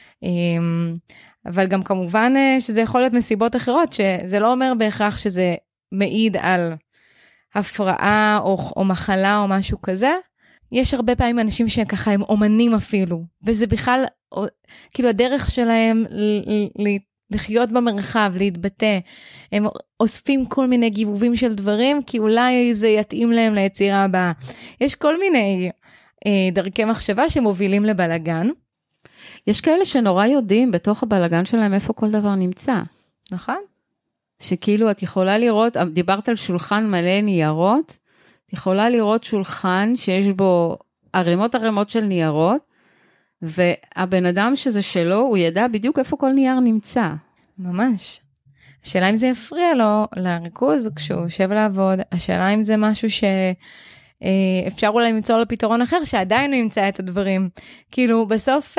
אבל גם כמובן שזה יכול להיות מסיבות אחרות, שזה לא אומר בהכרח שזה מעיד על הפרעה או מחלה או משהו כזה. יש הרבה פעמים אנשים שככה הם אומנים אפילו, וזה בכלל, כאילו הדרך שלהם לחיות במרחב, להתבטא, הם אוספים כל מיני גיבובים של דברים, כי אולי זה יתאים להם ליצירה הבאה. יש כל מיני דרכי מחשבה שמובילים לבלגן. יש כאלה שנורא יודעים בתוך הבלגן שלהם איפה כל דבר נמצא. נכון? שכאילו את יכולה לראות, דיברת על שולחן מלא ניירות, את יכולה לראות שולחן שיש בו ערימות של ניירות, והבן אדם שזה שלו, הוא ידע בדיוק איפה כל נייר נמצא. ממש. השאלה אם זה יפריע לו לריכוז כשהוא יושב לעבוד, השאלה אם זה משהו שאפשר אולי למצוא לו פתרון אחר, שעדיין הוא ימצא את הדברים. כאילו בסוף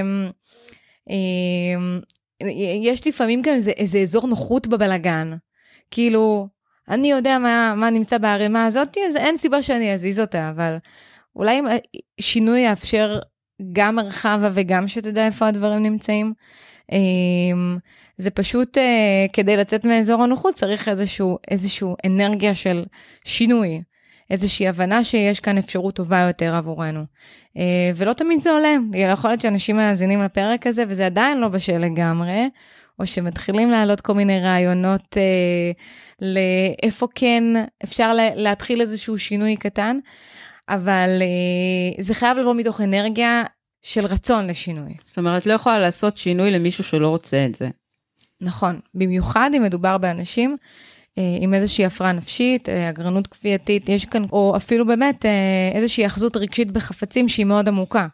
יש לפעמים גם איזה אזור נוחות בבלגן. כאילו, אני יודע מה נמצא בערימה הזאת, אז אין סיבה שאני אזיז אותה, אבל אולי שינוי יאפשר גם מרחבה וגם שתדע איפה הדברים נמצאים. זה פשוט כדי לצאת מאזור הנוחות, צריך איזשהו אנרגיה של שינוי, איזושהי הבנה שיש כאן אפשרות טובה יותר עבורנו. ולא תמיד זה עולה. יכול להיות שאנשים מאזינים לפרק הזה, וזה עדיין לא בשל לגמרי, או שמתחילים לעלות כל מיני רעיונות לאיפה כן אפשר להתחיל איזשהו שינוי קטן, אבל זה חייב לבוא מתוך אנרגיה של רצון לשינוי. זאת אומרת, לא יכולה לעשות שינוי למישהו שלא רוצה את זה. נכון, במיוחד אם מדובר באנשים עם איזושהי הפרעה נפשית, אגרנות כפייתית, יש כאן, או אפילו באמת איזושהי אחזות רגשית בחפצים שהיא מאוד עמוקה.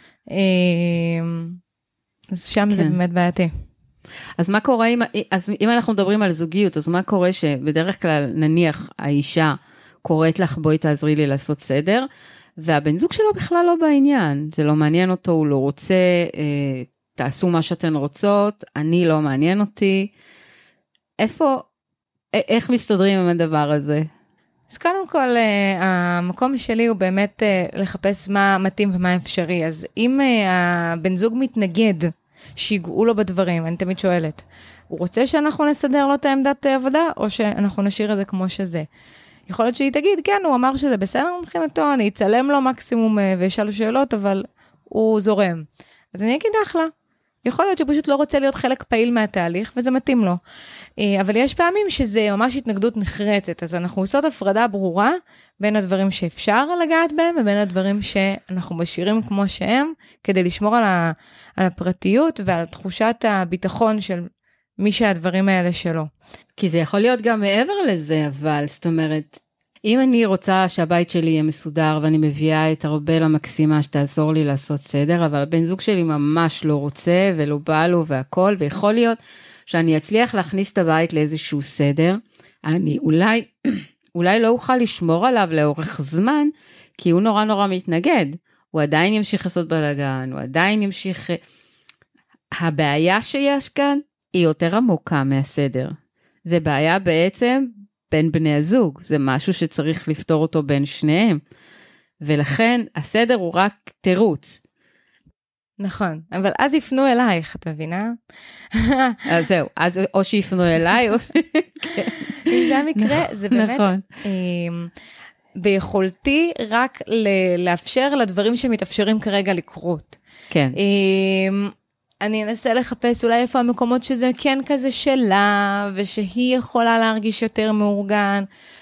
אז שם זה באמת בעייתי. אז מה קורה, אם אנחנו מדברים על זוגיות, אז מה קורה שבדרך כלל נניח האישה קוראת לך בואי תעזרי לי לעשות סדר, והבן זוג שלו בכלל לא בעניין, זה לא מעניין אותו, הוא לא רוצה, תעשו מה שאתן רוצות, אני לא מעניין אותי, איך מסתדרים עם הדבר הזה? אז קודם כל, המקום שלי הוא באמת לחפש מה מתאים ומה אפשרי, אז אם הבן זוג מתנגד, שיגעו לו בדברים, אני תמיד שואלת, הוא רוצה שאנחנו נסדר לו את העמדת עבודה, או שאנחנו נשאיר את זה כמו שזה? יכול להיות שהיא תגיד, כן, הוא אמר שזה בסדר מבחינתו, אני אצלם לו מקסימום וישאל שאלות, אבל הוא זורם. אז אני אגיד אחלה. יכול להיות שהוא פשוט לא רוצה להיות חלק פעיל מהתהליך, וזה מתאים לו. אבל יש פעמים שזה ממש התנגדות נחרצת, אז אנחנו עושות הפרדה ברורה, בין הדברים שאפשר לגעת בהם, ובין הדברים שאנחנו משאירים כמו שהם, כדי לשמור על הפרטיות, ועל תחושת הביטחון של מי שהדברים האלה שלו. כי זה יכול להיות גם מעבר לזה, אבל זאת אומרת, אם אני רוצה שהבית שלי יהיה מסודר, ואני מביאה את ארבל המקסימה שתעזור לי לעשות סדר, אבל הבן זוג שלי ממש לא רוצה, ולא בא לו והכל, ויכול להיות שאני אצליח להכניס את הבית לאיזשהו סדר, אני אולי לא אוכל לשמור עליו לאורך זמן, כי הוא נורא מתנגד, הוא עדיין ימשיך לעשות בלגן, הוא עדיין ימשיך, הבעיה שיש כאן היא יותר עמוקה מהסדר. זה בעיה בעצם בין בני הזוג, זה משהו שצריך לפתור אותו בין שניהם, ולכן הסדר הוא רק תירוץ. נכון, אבל אז יפנו אלייך, את מבינה? אז זהו, אז או שיפנו אליי, או אם זה המקרה, זה באמת, נכון. ביכולתי רק לאפשר לדברים שמתאפשרים כרגע לקרות. כן. אני אנסה לחפש אולי איפה המקומות שזה כן כזה שלה, ושהיא יכולה להרגיש יותר מאורגן,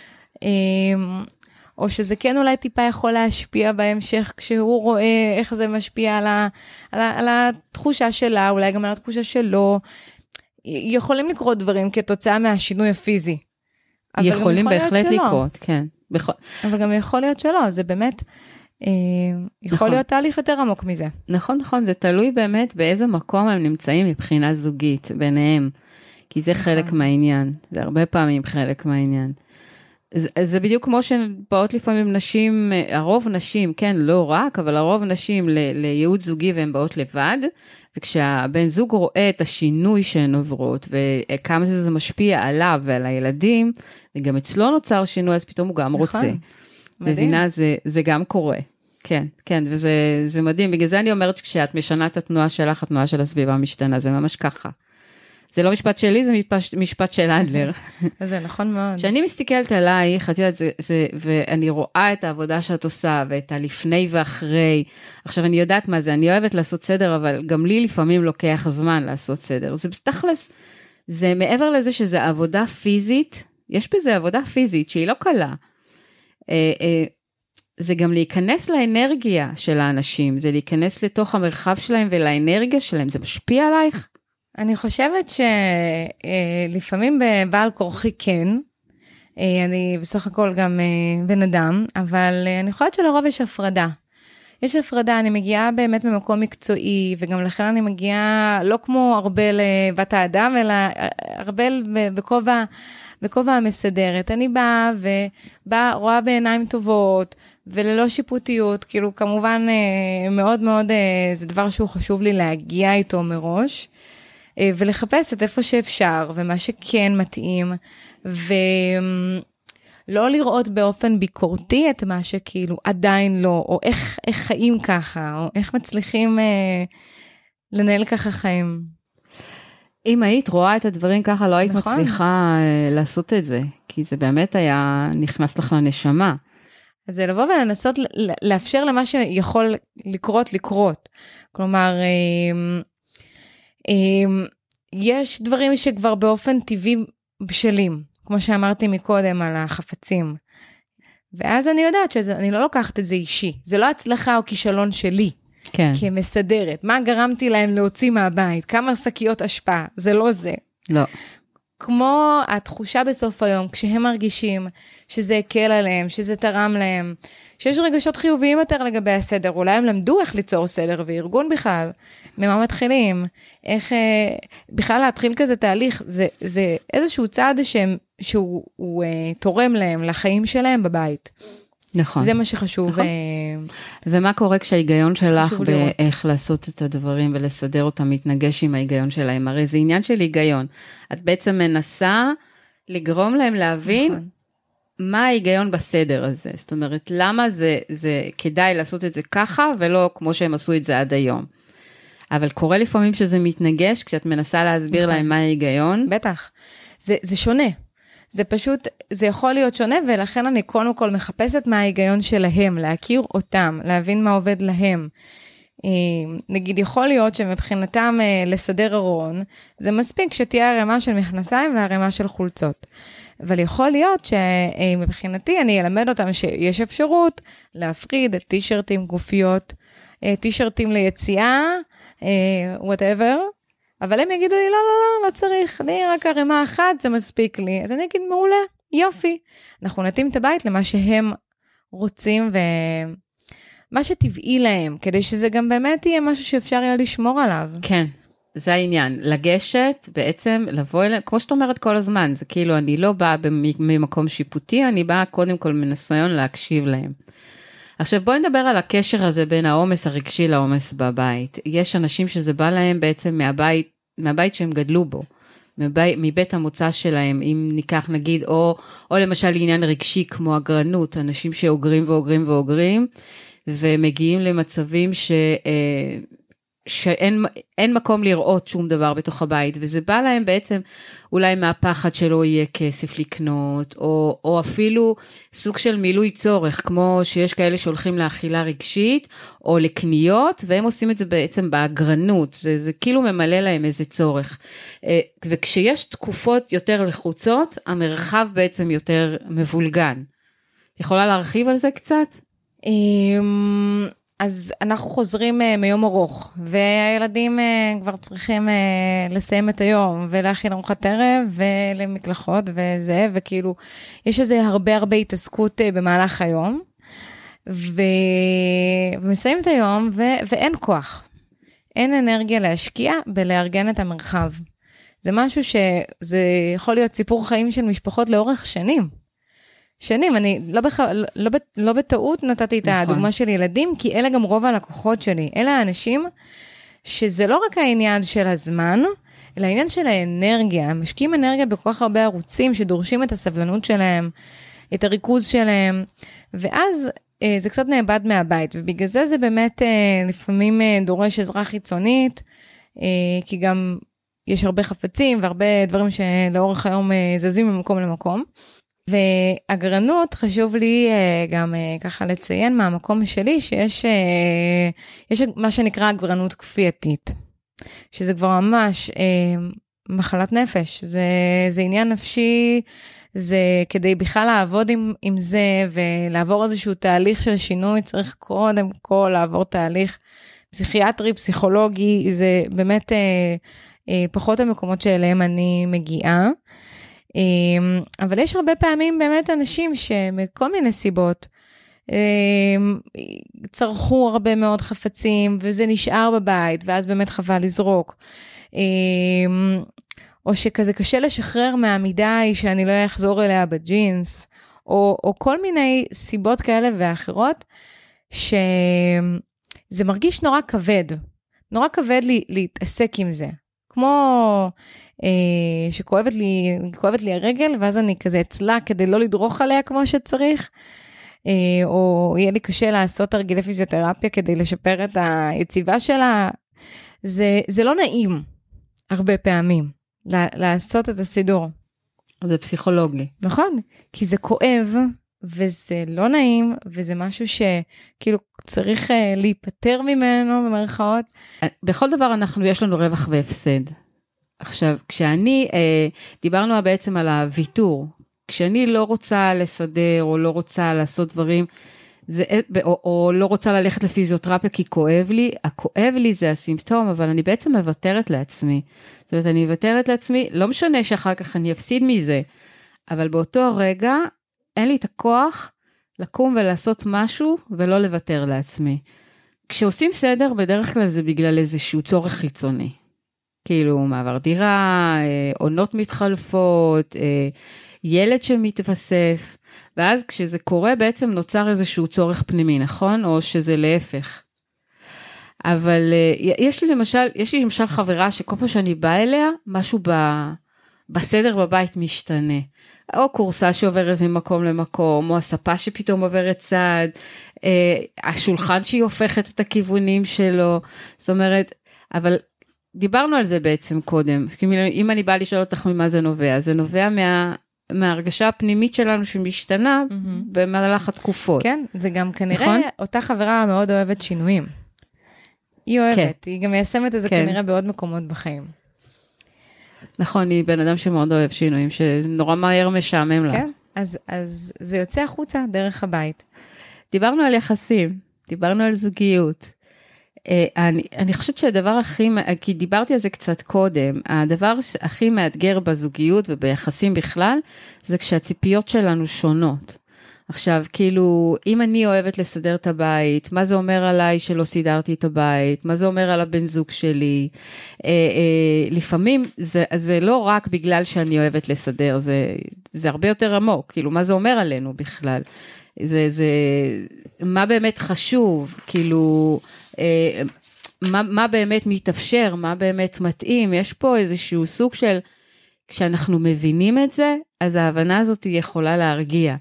או שזה כן אולי טיפה יכול להשפיע בהמשך, כשהוא רואה איך זה משפיע על התחושה שלה, אולי גם על התחושה שלו. יכולים לקרות דברים כתוצאה מהשינוי הפיזי. יכולים בהחלט לקרות, כן. אבל גם יכול להיות שלא, זה באמת, יכול להיות תהליך יותר עמוק מזה. נכון, נכון, זה תלוי באמת באיזה מקום הם נמצאים מבחינה זוגית ביניהם, כי זה חלק מהעניין, זה הרבה פעמים חלק מהעניין. זה בדיוק כמו שבאות לפעמים נשים, הרוב נשים, כן, לא רק, אבל הרוב נשים לייעוד זוגי והן באות לבד, וכשהבן זוג רואה את השינוי שהן עוברות, וכמה זה משפיע עליו ועל הילדים, וגם אצלו נוצר שינוי, אז פתאום הוא גם רוצה. מבינה, זה גם קורה. כן, כן, וזה מדהים. בגלל זה אני אומרת שכשאת משנה את התנועה שלך, התנועה של הסביבה משתנה, זה ממש ככה. זה לא משפט שלי, זה משפט של אדלר. זה נכון מאוד. כשאני מסתכלת עלייך, את יודעת, ואני רואה את העבודה שאת עושה, ואת הלפני ואחרי, עכשיו אני יודעת מה זה, אני אוהבת לעשות סדר, אבל גם לי לפעמים לוקח זמן לעשות סדר. זה תכלס, זה מעבר לזה שזה עבודה פיזית, יש בזה עבודה פיזית שהיא לא קלה. זה גם להיכנס לאנרגיה של האנשים, זה להיכנס לתוך המרחב שלהם ולאנרגיה שלהם, זה משפיע עלייך? אני חושבת שלפעמים בבעל כורחי כן, אני בסך הכל גם בן אדם, אבל אני חושבת שלרוב יש הפרדה. יש הפרדה, אני מגיעה באמת ממקום מקצועי, וגם לכן אני מגיעה לא כמו ארבל בת האדם, אלא ארבל בכובע המסדרת. אני באה, רואה בעיניים טובות, וללא שיפוטיות, כאילו כמובן מאוד מאוד, זה דבר שהוא חשוב לי להגיע איתו מראש, ולחפש את איפה שאפשר, ומה שכן מתאים, ולא לראות באופן ביקורתי את מה שכאילו עדיין לא, או איך חיים ככה, או איך מצליחים לנהל ככה חיים. אם היית רואה את הדברים ככה, לא היית מצליחה לעשות את זה, כי זה באמת היה נכנס לך לנשמה. אז זה לבוא ולנסות לאפשר למה שיכול לקרות. כלומר, יש דברים שכבר באופן טבעי בשלים, כמו שאמרתי מקודם על החפצים. ואז אני יודעת שאני לא לוקחת את זה אישי. זה לא הצלחה או כישלון שלי. כן. כמסדרת. מה גרמתי להם להוציא מהבית? כמה שקיות אשפה? זה לא זה. לא. כמו התחושה בסוף היום, כשהם מרגישים שזה הקל עליהם, שזה תרם להם, שיש רגשות חיוביים יותר לגבי הסדר, אולי הם למדו איך ליצור סדר וארגון בכלל, ממה מתחילים, איך בכלל להתחיל כזה תהליך, זה איזשהו צעד שהוא תורם להם לחיים שלהם בבית. נכון. זה מה שחשוב. נכון. ומה קורה כשההיגיון שלך באיך לעשות את הדברים ולסדר אותם, מתנגש עם ההיגיון שלהם? הרי זה עניין של היגיון. את בעצם מנסה לגרום להם להבין נכון. מה ההיגיון בסדר הזה. זאת אומרת, למה זה כדאי לעשות את זה ככה, ולא כמו שהם עשו את זה עד היום. אבל קורה לפעמים שזה מתנגש, כשאת מנסה להסביר נכון. להם מה ההיגיון. בטח. זה שונה. זה פשוט, זה יכול להיות שונה, ולכן אני קודם כל מחפשת מה ההיגיון שלהם, להכיר אותם, להבין מה עובד להם. נגיד, יכול להיות שמבחינתם לסדר ארון, זה מספיק שתהיה הרמה של מכנסיים והרמה של חולצות. אבל יכול להיות שמבחינתי אני אלמד אותם שיש אפשרות להפריד את טישרטים, גופיות, טישרטים ליציאה, whatever, אבל הם יגידו לי, לא צריך, אני רק הרמה אחת, זה מספיק לי. אז אני אגיד, מעולה, יופי. אנחנו נתאים את הבית למה שהם רוצים, ומה שטבעי להם, כדי שזה גם באמת יהיה משהו שאפשר יהיה לשמור עליו. כן, זה העניין. לגשת, בעצם, לבוא אליהם, כמו שאת אומרת כל הזמן, זה כאילו, אני לא באה ממקום שיפוטי, אני באה קודם כל מניסיון להקשיב להם. עכשיו בואי נדבר על הקשר הזה בין העומס הרגשי לעומס בבית. יש אנשים שזה בא להם בעצם מהבית שהם גדלו בו, מבית המוצא שלהם, אם ניקח נגיד, או למשל עניין רגשי כמו אגרנות, אנשים שאוגרים ואוגרים ואוגרים, ומגיעים למצבים שאין מקום לראות שום דבר בתוך הבית, וזה בא להם בעצם אולי מהפחד שלא יהיה כסף לקנות, או אפילו סוג של מילוי צורך, כמו שיש כאלה שהולכים לאכילה רגשית, או לקניות, והם עושים את זה בעצם באגרנות, זה כאילו ממלא להם איזה צורך, וכשיש תקופות יותר לחוצות, המרחב בעצם יותר מבולגן. יכולה להרחיב על זה קצת? אז אנחנו חוזרים מיום ארוך, והילדים כבר צריכים לסיים את היום, ולהכין ארוחת ערב, ולמקלחות וזה, וכאילו, יש איזה הרבה התעסקות במהלך היום, ומסיים את היום, ואין כוח. אין אנרגיה להשקיע בלארגן את המרחב. זה משהו שזה יכול להיות סיפור חיים של משפחות לאורך שנים. אני לא בטעות נתתי את הדוגמה של ילדים, כי אלה גם רוב הלקוחות שלי. אלה האנשים שזה לא רק העניין של הזמן, אלא העניין של האנרגיה. הם משקיעים אנרגיה בכל כך הרבה ערוצים שדורשים את הסבלנות שלהם, את הריכוז שלהם, ואז זה קצת נאבד מהבית, ובגלל זה באמת לפעמים דורש עזרה חיצונית, כי גם יש הרבה חפצים והרבה דברים שלאורך היום זזים ממקום למקום. ואגרנות חשוב לי גם ככה לציין מהמקום שלי שיש מה שנקרא אגרנות כפייתית, שזה כבר ממש מחלת נפש, זה עניין נפשי, זה כדי בכלל לעבוד עם זה ולעבור איזשהו תהליך של שינוי, צריך קודם כל לעבור תהליך פסיכיאטרי, פסיכולוגי, זה באמת פחות המקומות שאליהם אני מגיעה, אבל יש הרבה פעמים באמת אנשים שמכל מיני סיבות צרכו הרבה מאוד חפצים וזה נשאר בבית ואז באמת חבל לזרוק, או שכזה קשה לשחרר מהמידה היא שאני לא אחזור אליה בג'ינס, או כל מיני סיבות כאלה ואחרות שזה מרגיש נורא כבד, נורא כבד להתעסק עם זה, כמו שכואבת לי הרגל, ואז אני כזה אצלה כדי לא לדרוך עליה כמו שצריך, או יהיה לי קשה לעשות תרגילי פיזיותרפיה כדי לשפר את היציבה שלה, זה לא נעים הרבה פעמים לעשות את הסידור. זה פסיכולוגי. נכון, כי זה כואב, וזה לא נעים, וזה משהו שכאילו צריך להיפטר ממנו במרכאות. בכל דבר יש לנו רווח והפסד. עכשיו, דיברנו בעצם על הוויתור, כשאני לא רוצה לסדר, או לא רוצה לעשות דברים, או לא רוצה ללכת לפיזיותרפיה כי כואב לי, הכואב לי זה הסימפטום, אבל אני בעצם מוותרת לעצמי. זאת אומרת, אני מוותרת לעצמי, לא משנה שאחר כך אני אפסיד מזה, אבל באותו רגע, אין לי את הכוח לקום ולעשות משהו, ולא לוותר לעצמי. כשעושים סדר, בדרך כלל זה בגלל איזשהו צורך חיצוני. כאילו מעבר דירה, עונות מתחלפות, ילד שמתווסף, ואז כשזה קורה בעצם נוצר איזשהו צורך פנימי, נכון? או שזה להפך. אבל יש לי למשל חברה שכל פעם שאני באה אליה, משהו בסדר בבית משתנה. או קורסה שעוברת ממקום למקום, או הספה שפתאום עוברת צעד, השולחן שהיא הופכת את הכיוונים שלו, זאת אומרת, אבל דיברנו על זה בעצם קודם, אם אני באה לשאול אותך ממה זה נובע, זה נובע מההרגשה הפנימית שלנו שמשתנה במהלך התקופות. כן, זה גם כנראה אותה חברה מאוד אוהבת שינויים. היא אוהבת, היא גם מיישמת את זה כנראה בעוד מקומות בחיים. נכון, היא בן אדם שמאוד אוהב שינויים, שנורא מהר משעמם לה. כן, אז זה יוצא החוצה דרך הבית. דיברנו על יחסים, דיברנו על זוגיות. אני חושבת שהדבר כי דיברתי על זה קצת קודם, הדבר הכי מאתגר בזוגיות וביחסים בכלל, זה כשהציפיות שלנו שונות. עכשיו, כאילו, אם אני אוהבת לסדר את הבית, מה זה אומר עליי שלא סידרתי את הבית? מה זה אומר על הבן זוג שלי? לפעמים זה לא רק בגלל שאני אוהבת לסדר, זה הרבה יותר עמוק, כאילו, מה זה אומר עלינו בכלל? זה מה באמת חשוב, כאילו, מה באמת מתאפשר, מה באמת מתאים, יש פה איזשהו סוג של, כשאנחנו מבינים את זה, אז ההבנה הזאת יכולה להרגיע,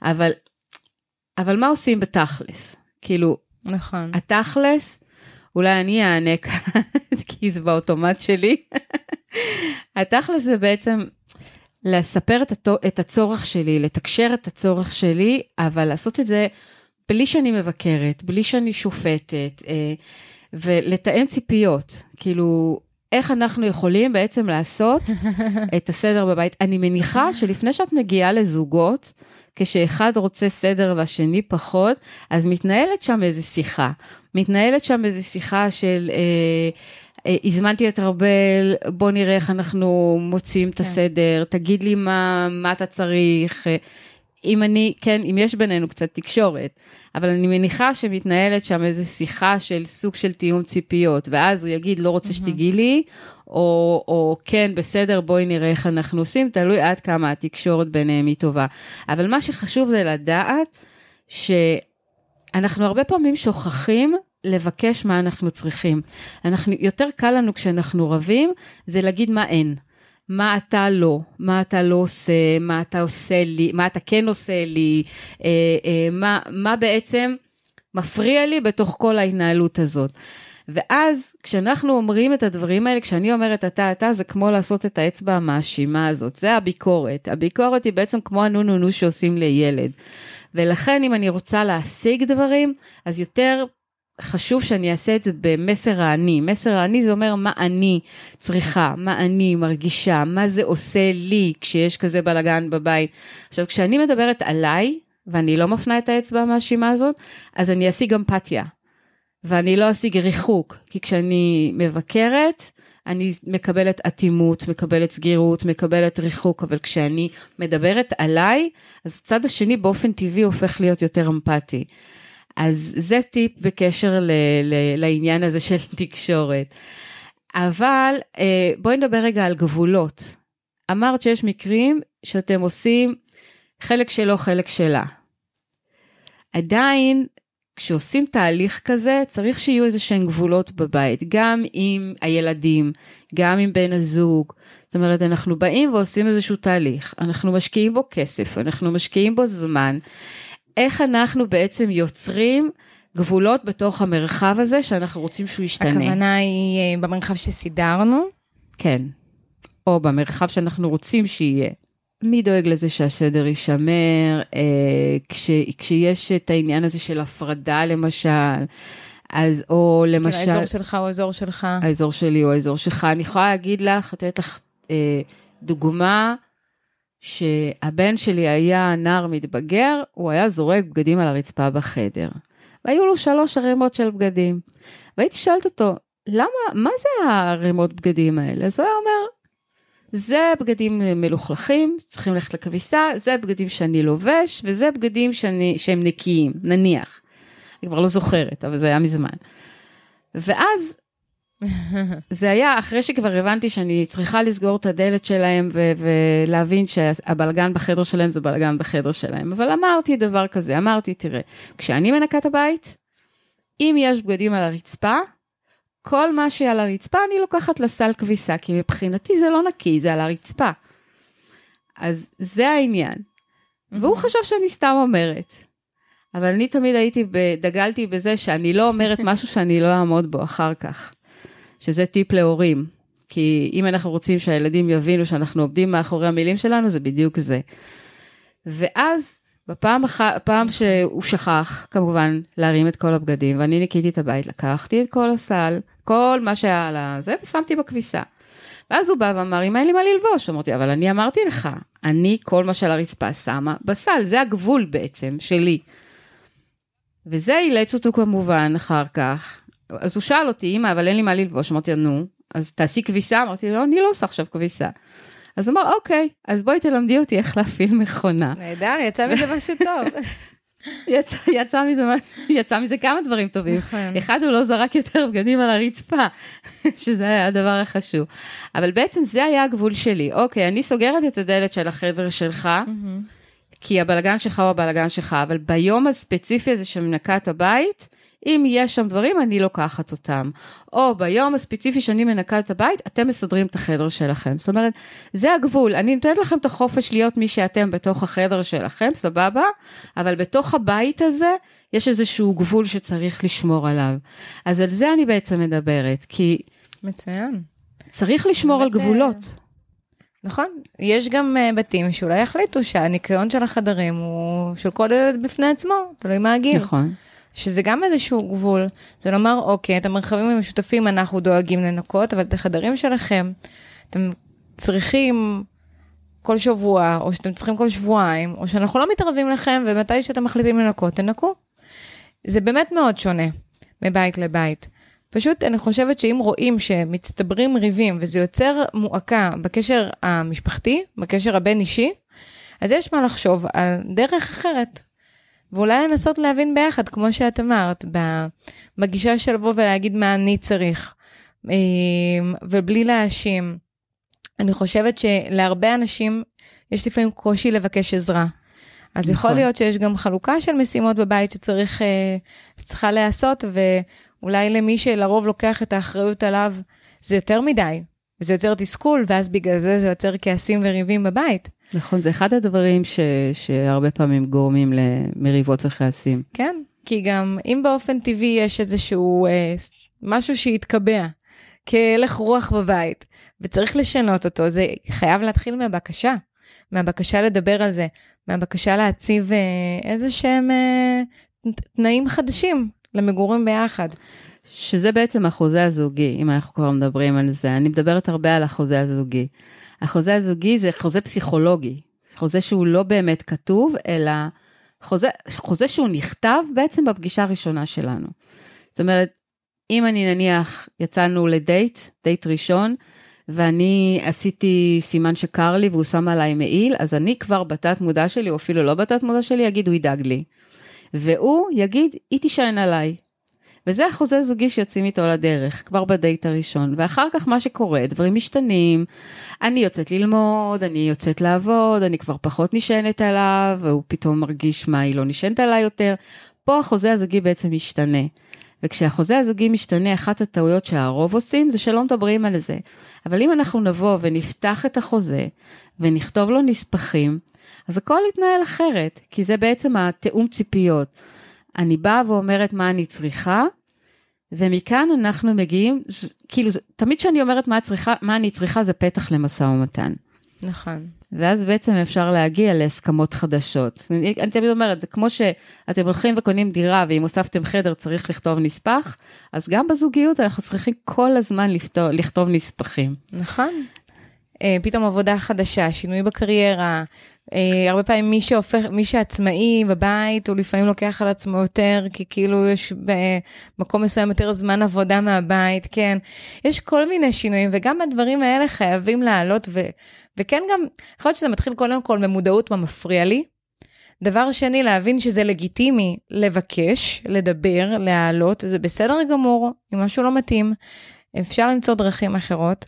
אבל מה עושים בתכלס? כאילו, נכון. התכלס, אולי אני אענה כאן, כי זה באוטומט שלי, התכלס זה בעצם לספר את הצורך שלי, לתקשר את הצורך שלי, אבל לעשות את זה בלי שאני מבקרת, בלי שאני שופטת, ולתאם ציפיות, כאילו, איך אנחנו יכולים בעצם לעשות את הסדר בבית. אני מניחה שלפני שאת מגיעה לזוגות, כשאחד רוצה סדר והשני פחות, אז מתנהלת שם איזו שיחה. מתנהלת שם איזו שיחה של, הזמנתי את ארבל, בוא נראה איך אנחנו מוצאים את הסדר, תגיד לי מה אתה צריך, אם יש בינינו קצת תקשורת, אבל אני מניחה שמתנהלת שם איזו שיחה של סוג של תיאום ציפיות, ואז הוא יגיד, לא רוצה שתגיעי לי, או כן, בסדר, בואי נראה איך אנחנו עושים, תלוי עד כמה התקשורת ביניהם היא טובה. אבל מה שחשוב זה לדעת, שאנחנו הרבה פעמים שוכחים לבקש מה אנחנו צריכים. יותר קל לנו כשאנחנו רבים, זה להגיד מה אין. מה אתה לא עושה, מה אתה עושה לי, מה אתה כן עושה לי, מה בעצם מפריע לי בתוך כל ההתנהלות הזאת. ואז כשאנחנו אומרים את הדברים האלה, כשאני אומרת אתה, זה כמו לעשות את האצבע המאשימה הזאת, זה הביקורת. הביקורת היא בעצם כמו הנו שעושים לילד. ולכן אם אני רוצה להשיג דברים, אז יותר חשוב שאני אעשה את זה במסר העני. מסר העני זה אומר מה אני צריכה, מה אני מרגישה, מה זה עושה לי כשיש כזה בלגן בבית. עכשיו, כשאני מדברת עליי, ואני לא מפנה את האצבע המאשימה הזאת, אז אני אשיג אמפתיה, ואני לא אשיג ריחוק, כי כשאני מבקרת, אני מקבלת אטימות, מקבלת סגירות, מקבלת ריחוק, אבל כשאני מדברת עליי, אז הצד השני באופן טבעי הופך להיות יותר אמפתי. אז זה טיפ בקשר לעניין הזה של תקשורת. אבל בואי נדבר רגע על גבולות. אמרת שיש מקרים שאתם עושים חלק שלו, חלק שלה. עדיין, כשעושים תהליך כזה, צריך שיהיו איזה שהן גבולות בבית, גם עם הילדים, גם עם בן הזוג. זאת אומרת, אנחנו באים ועושים איזשהו תהליך, אנחנו משקיעים בו כסף, אנחנו משקיעים בו זמן, איך אנחנו בעצם יוצרים גבולות בתוך המרחב הזה, שאנחנו רוצים שהוא ישתנה. הכוונה היא במרחב שסידרנו? כן, או במרחב שאנחנו רוצים שיהיה. מי דואג לזה שהסדר יישמר, כשיש את העניין הזה של הפרדה למשל, אז או למשל... האזור שלך או האזור שלך? האזור שלי או האזור שלך. אני יכולה להגיד לך, לתת לך דוגמה, שהבן שלי היה נער מתבגר, הוא היה זורק בגדים על הרצפה בחדר. והיו לו 3 ערימות של בגדים. והייתי שואלת אותו, מה זה הערימות בגדים האלה? אז הוא היה אומר, זה בגדים מלוכלכים, צריכים ללכת לכביסה, זה בגדים שאני לובש, וזה בגדים שהם נקיים, נניח. אני כבר לא זוכרת, אבל זה היה מזמן. ואז, זה היה אחרי שכבר הבנתי שאני צריכה לסגור את הדלת שלהם, ולהבין שהבלגן בחדר שלהם זה בלגן בחדר שלהם. אבל אמרתי דבר כזה, תראה, כשאני מנקה את הבית, אם יש בגדים על הרצפה, כל מה שעל הרצפה אני לוקחת לסל כביסה, כי מבחינתי זה לא נקי, זה על הרצפה. אז זה העניין. והוא חשב שאני סתם אומרת. אבל אני תמיד דגלתי בזה שאני לא אומרת משהו שאני לא אעמוד בו אחר כך. שזה טיפ להורים. כי אם אנחנו רוצים שהילדים יבינו שאנחנו עובדים מאחורי המילים שלנו, זה בדיוק זה. ואז, בפעם שהוא שכח, כמובן, להרים את כל הבגדים, ואני ניקיתי את הבית, לקחתי את כל הסל, כל מה שהיה על זה, ושמתי בכביסה. ואז הוא בא ואמר, אם אין לי מה ללבוש, אמרתי, אבל אני אמרתי לך, אני כל מה שעל הרצפה שמה בסל, זה הגבול בעצם שלי. וזה אילץ אותו כמובן אחר כך. אז הוא שאל אותי, אמא, אבל אין לי מה ללבוש, אמרתי, נו, אז תעשי כביסה, אמרתי, לא, אני לא עושה עכשיו כביסה. אז הוא אמר, אוקיי, אז בואי תלמדי אותי איך להפעיל מכונה. נהדר, יצא מזה משהו טוב. יצא מזה כמה דברים טובים. אחד, הוא לא זרק יותר בגדים על הרצפה, שזה היה הדבר החשוב. אבל בעצם זה היה הגבול שלי. אוקיי, אני סוגרת את הדלת של החדר שלך, כי הבלגן שלך הוא הבלגן שלך, אבל ביום הספציפי הזה שמנקה את הבית, אם יש שם דברים, אני לוקחת אותם. או ביום הספציפי שאני מנקה את הבית, אתם מסדרים את החדר שלכם. זאת אומרת, זה הגבול. אני נותנת לכם את החופש להיות מי שאתם בתוך החדר שלכם, סבבה? אבל בתוך הבית הזה, יש איזשהו גבול שצריך לשמור עליו. אז על זה אני בעצם מדברת, כי... מצוין. צריך לשמור על גבולות. נכון, יש גם בתים שאולי יחליטו שהניקיון של החדרים הוא של כל ילד בפני עצמו, תלוי מה הגיל. נכון. שזה גם איזשהו גבול, זה לומר, אוקיי, את המרחבים המשותפים אנחנו דואגים לנקות, אבל את החדרים שלכם, אתם צריכים כל שבוע, או שאתם צריכים כל שבועיים, או שאנחנו לא מתערבים לכם, ומתי שאתם מחליטים לנקות, תנקו. זה באמת מאוד שונה, מבית לבית. פשוט אני חושבת שאם רואים שמצטברים ריבים, וזה יוצר מועקה בקשר המשפחתי, בקשר הבין אישי, אז יש מה לחשוב על דרך אחרת. ואולי לנסות להבין ביחד, כמו שאת אמרת, בגישה של לבוא ולהגיד מה אני צריך, ובלי להאשים. אני חושבת שלהרבה אנשים יש לפעמים קושי לבקש עזרה. אז יכול להיות שיש גם חלוקה של משימות בבית שצריכה לעשות, ואולי למי שלרוב לוקח את האחריות עליו, זה יותר מדי. וזה יוצר תסכול, ואז בגלל זה זה יוצר כעסים וריבים בבית. נכון, זה אחד הדברים שהרבה פעמים גורמים למריבות וכעסים. כן, כי גם אם באופן טבעי יש איזשהו משהו שיתקבע, כהלך רוח בבית, וצריך לשנות אותו, זה חייב להתחיל מהבקשה לדבר על זה, מהבקשה להציב איזה שהם תנאים חדשים למגורים ביחד. שזה בעצם החוזה הזוגי, אם אנחנו כבר מדברים על זה. אני מדברת הרבה על החוזה הזוגי. החוזה הזוגי זה חוזה פסיכולוגי, חוזה שהוא לא באמת כתוב, אלא חוזה שהוא נכתב בעצם בפגישה הראשונה שלנו. זאת אומרת, אם אני נניח יצאנו דייט ראשון, ואני עשיתי סימן שקר לי, והוא שם עליי מעיל, אז אני כבר בתת מודע שלי, או אפילו לא בתת מודע שלי, יגיד, הוא ידאג לי. והוא יגיד, היא תישען עליי. וזה החוזה הזוגי שיוצאים איתו לדרך, כבר בדייט הראשון. ואחר כך מה שקורה, דברים משתנים, אני יוצאת ללמוד, אני יוצאת לעבוד, אני כבר פחות נשענת עליו, והוא פתאום מרגיש מה היא לא נשענת עליי יותר. פה החוזה הזוגי בעצם משתנה. וכשהחוזה הזוגי משתנה, אחת הטעויות שהרוב עושים, זה שלא מדברים על זה. אבל אם אנחנו נבוא ונפתח את החוזה, ונכתוב לו נספחים, אז הכל יתנהל אחרת, כי זה בעצם התאום ציפיות. אני באה ואומרת מה אני צריכה, ומכאן אנחנו מגיעים, כאילו, תמיד שאני אומרת מה אני צריכה, זה פתח למשא ומתן. נכון. ואז בעצם אפשר להגיע להסכמות חדשות. אני תמיד אומרת, זה כמו שאתם הולכים וקונים דירה, ואם הוספתם חדר צריך לכתוב נספח, אז גם בזוגיות אנחנו צריכים כל הזמן לכתוב נספחים. נכון. פתאום עבודה חדשה, שינוי בקריירה, הרבה פעמים מי שעצמאי בבית, הוא לפעמים לוקח על עצמו יותר, כי כאילו יש במקום מסוים יותר זמן עבודה מהבית, כן. יש כל מיני שינויים, וגם הדברים האלה חייבים לעלות, וכן גם, יכול להיות שזה מתחיל קודם כל ממודעות מה מפריע לי. דבר שני, להבין שזה לגיטימי לבקש, לדבר, להעלות, זה בסדר גמור, אם משהו לא מתאים, אפשר למצוא דרכים אחרות.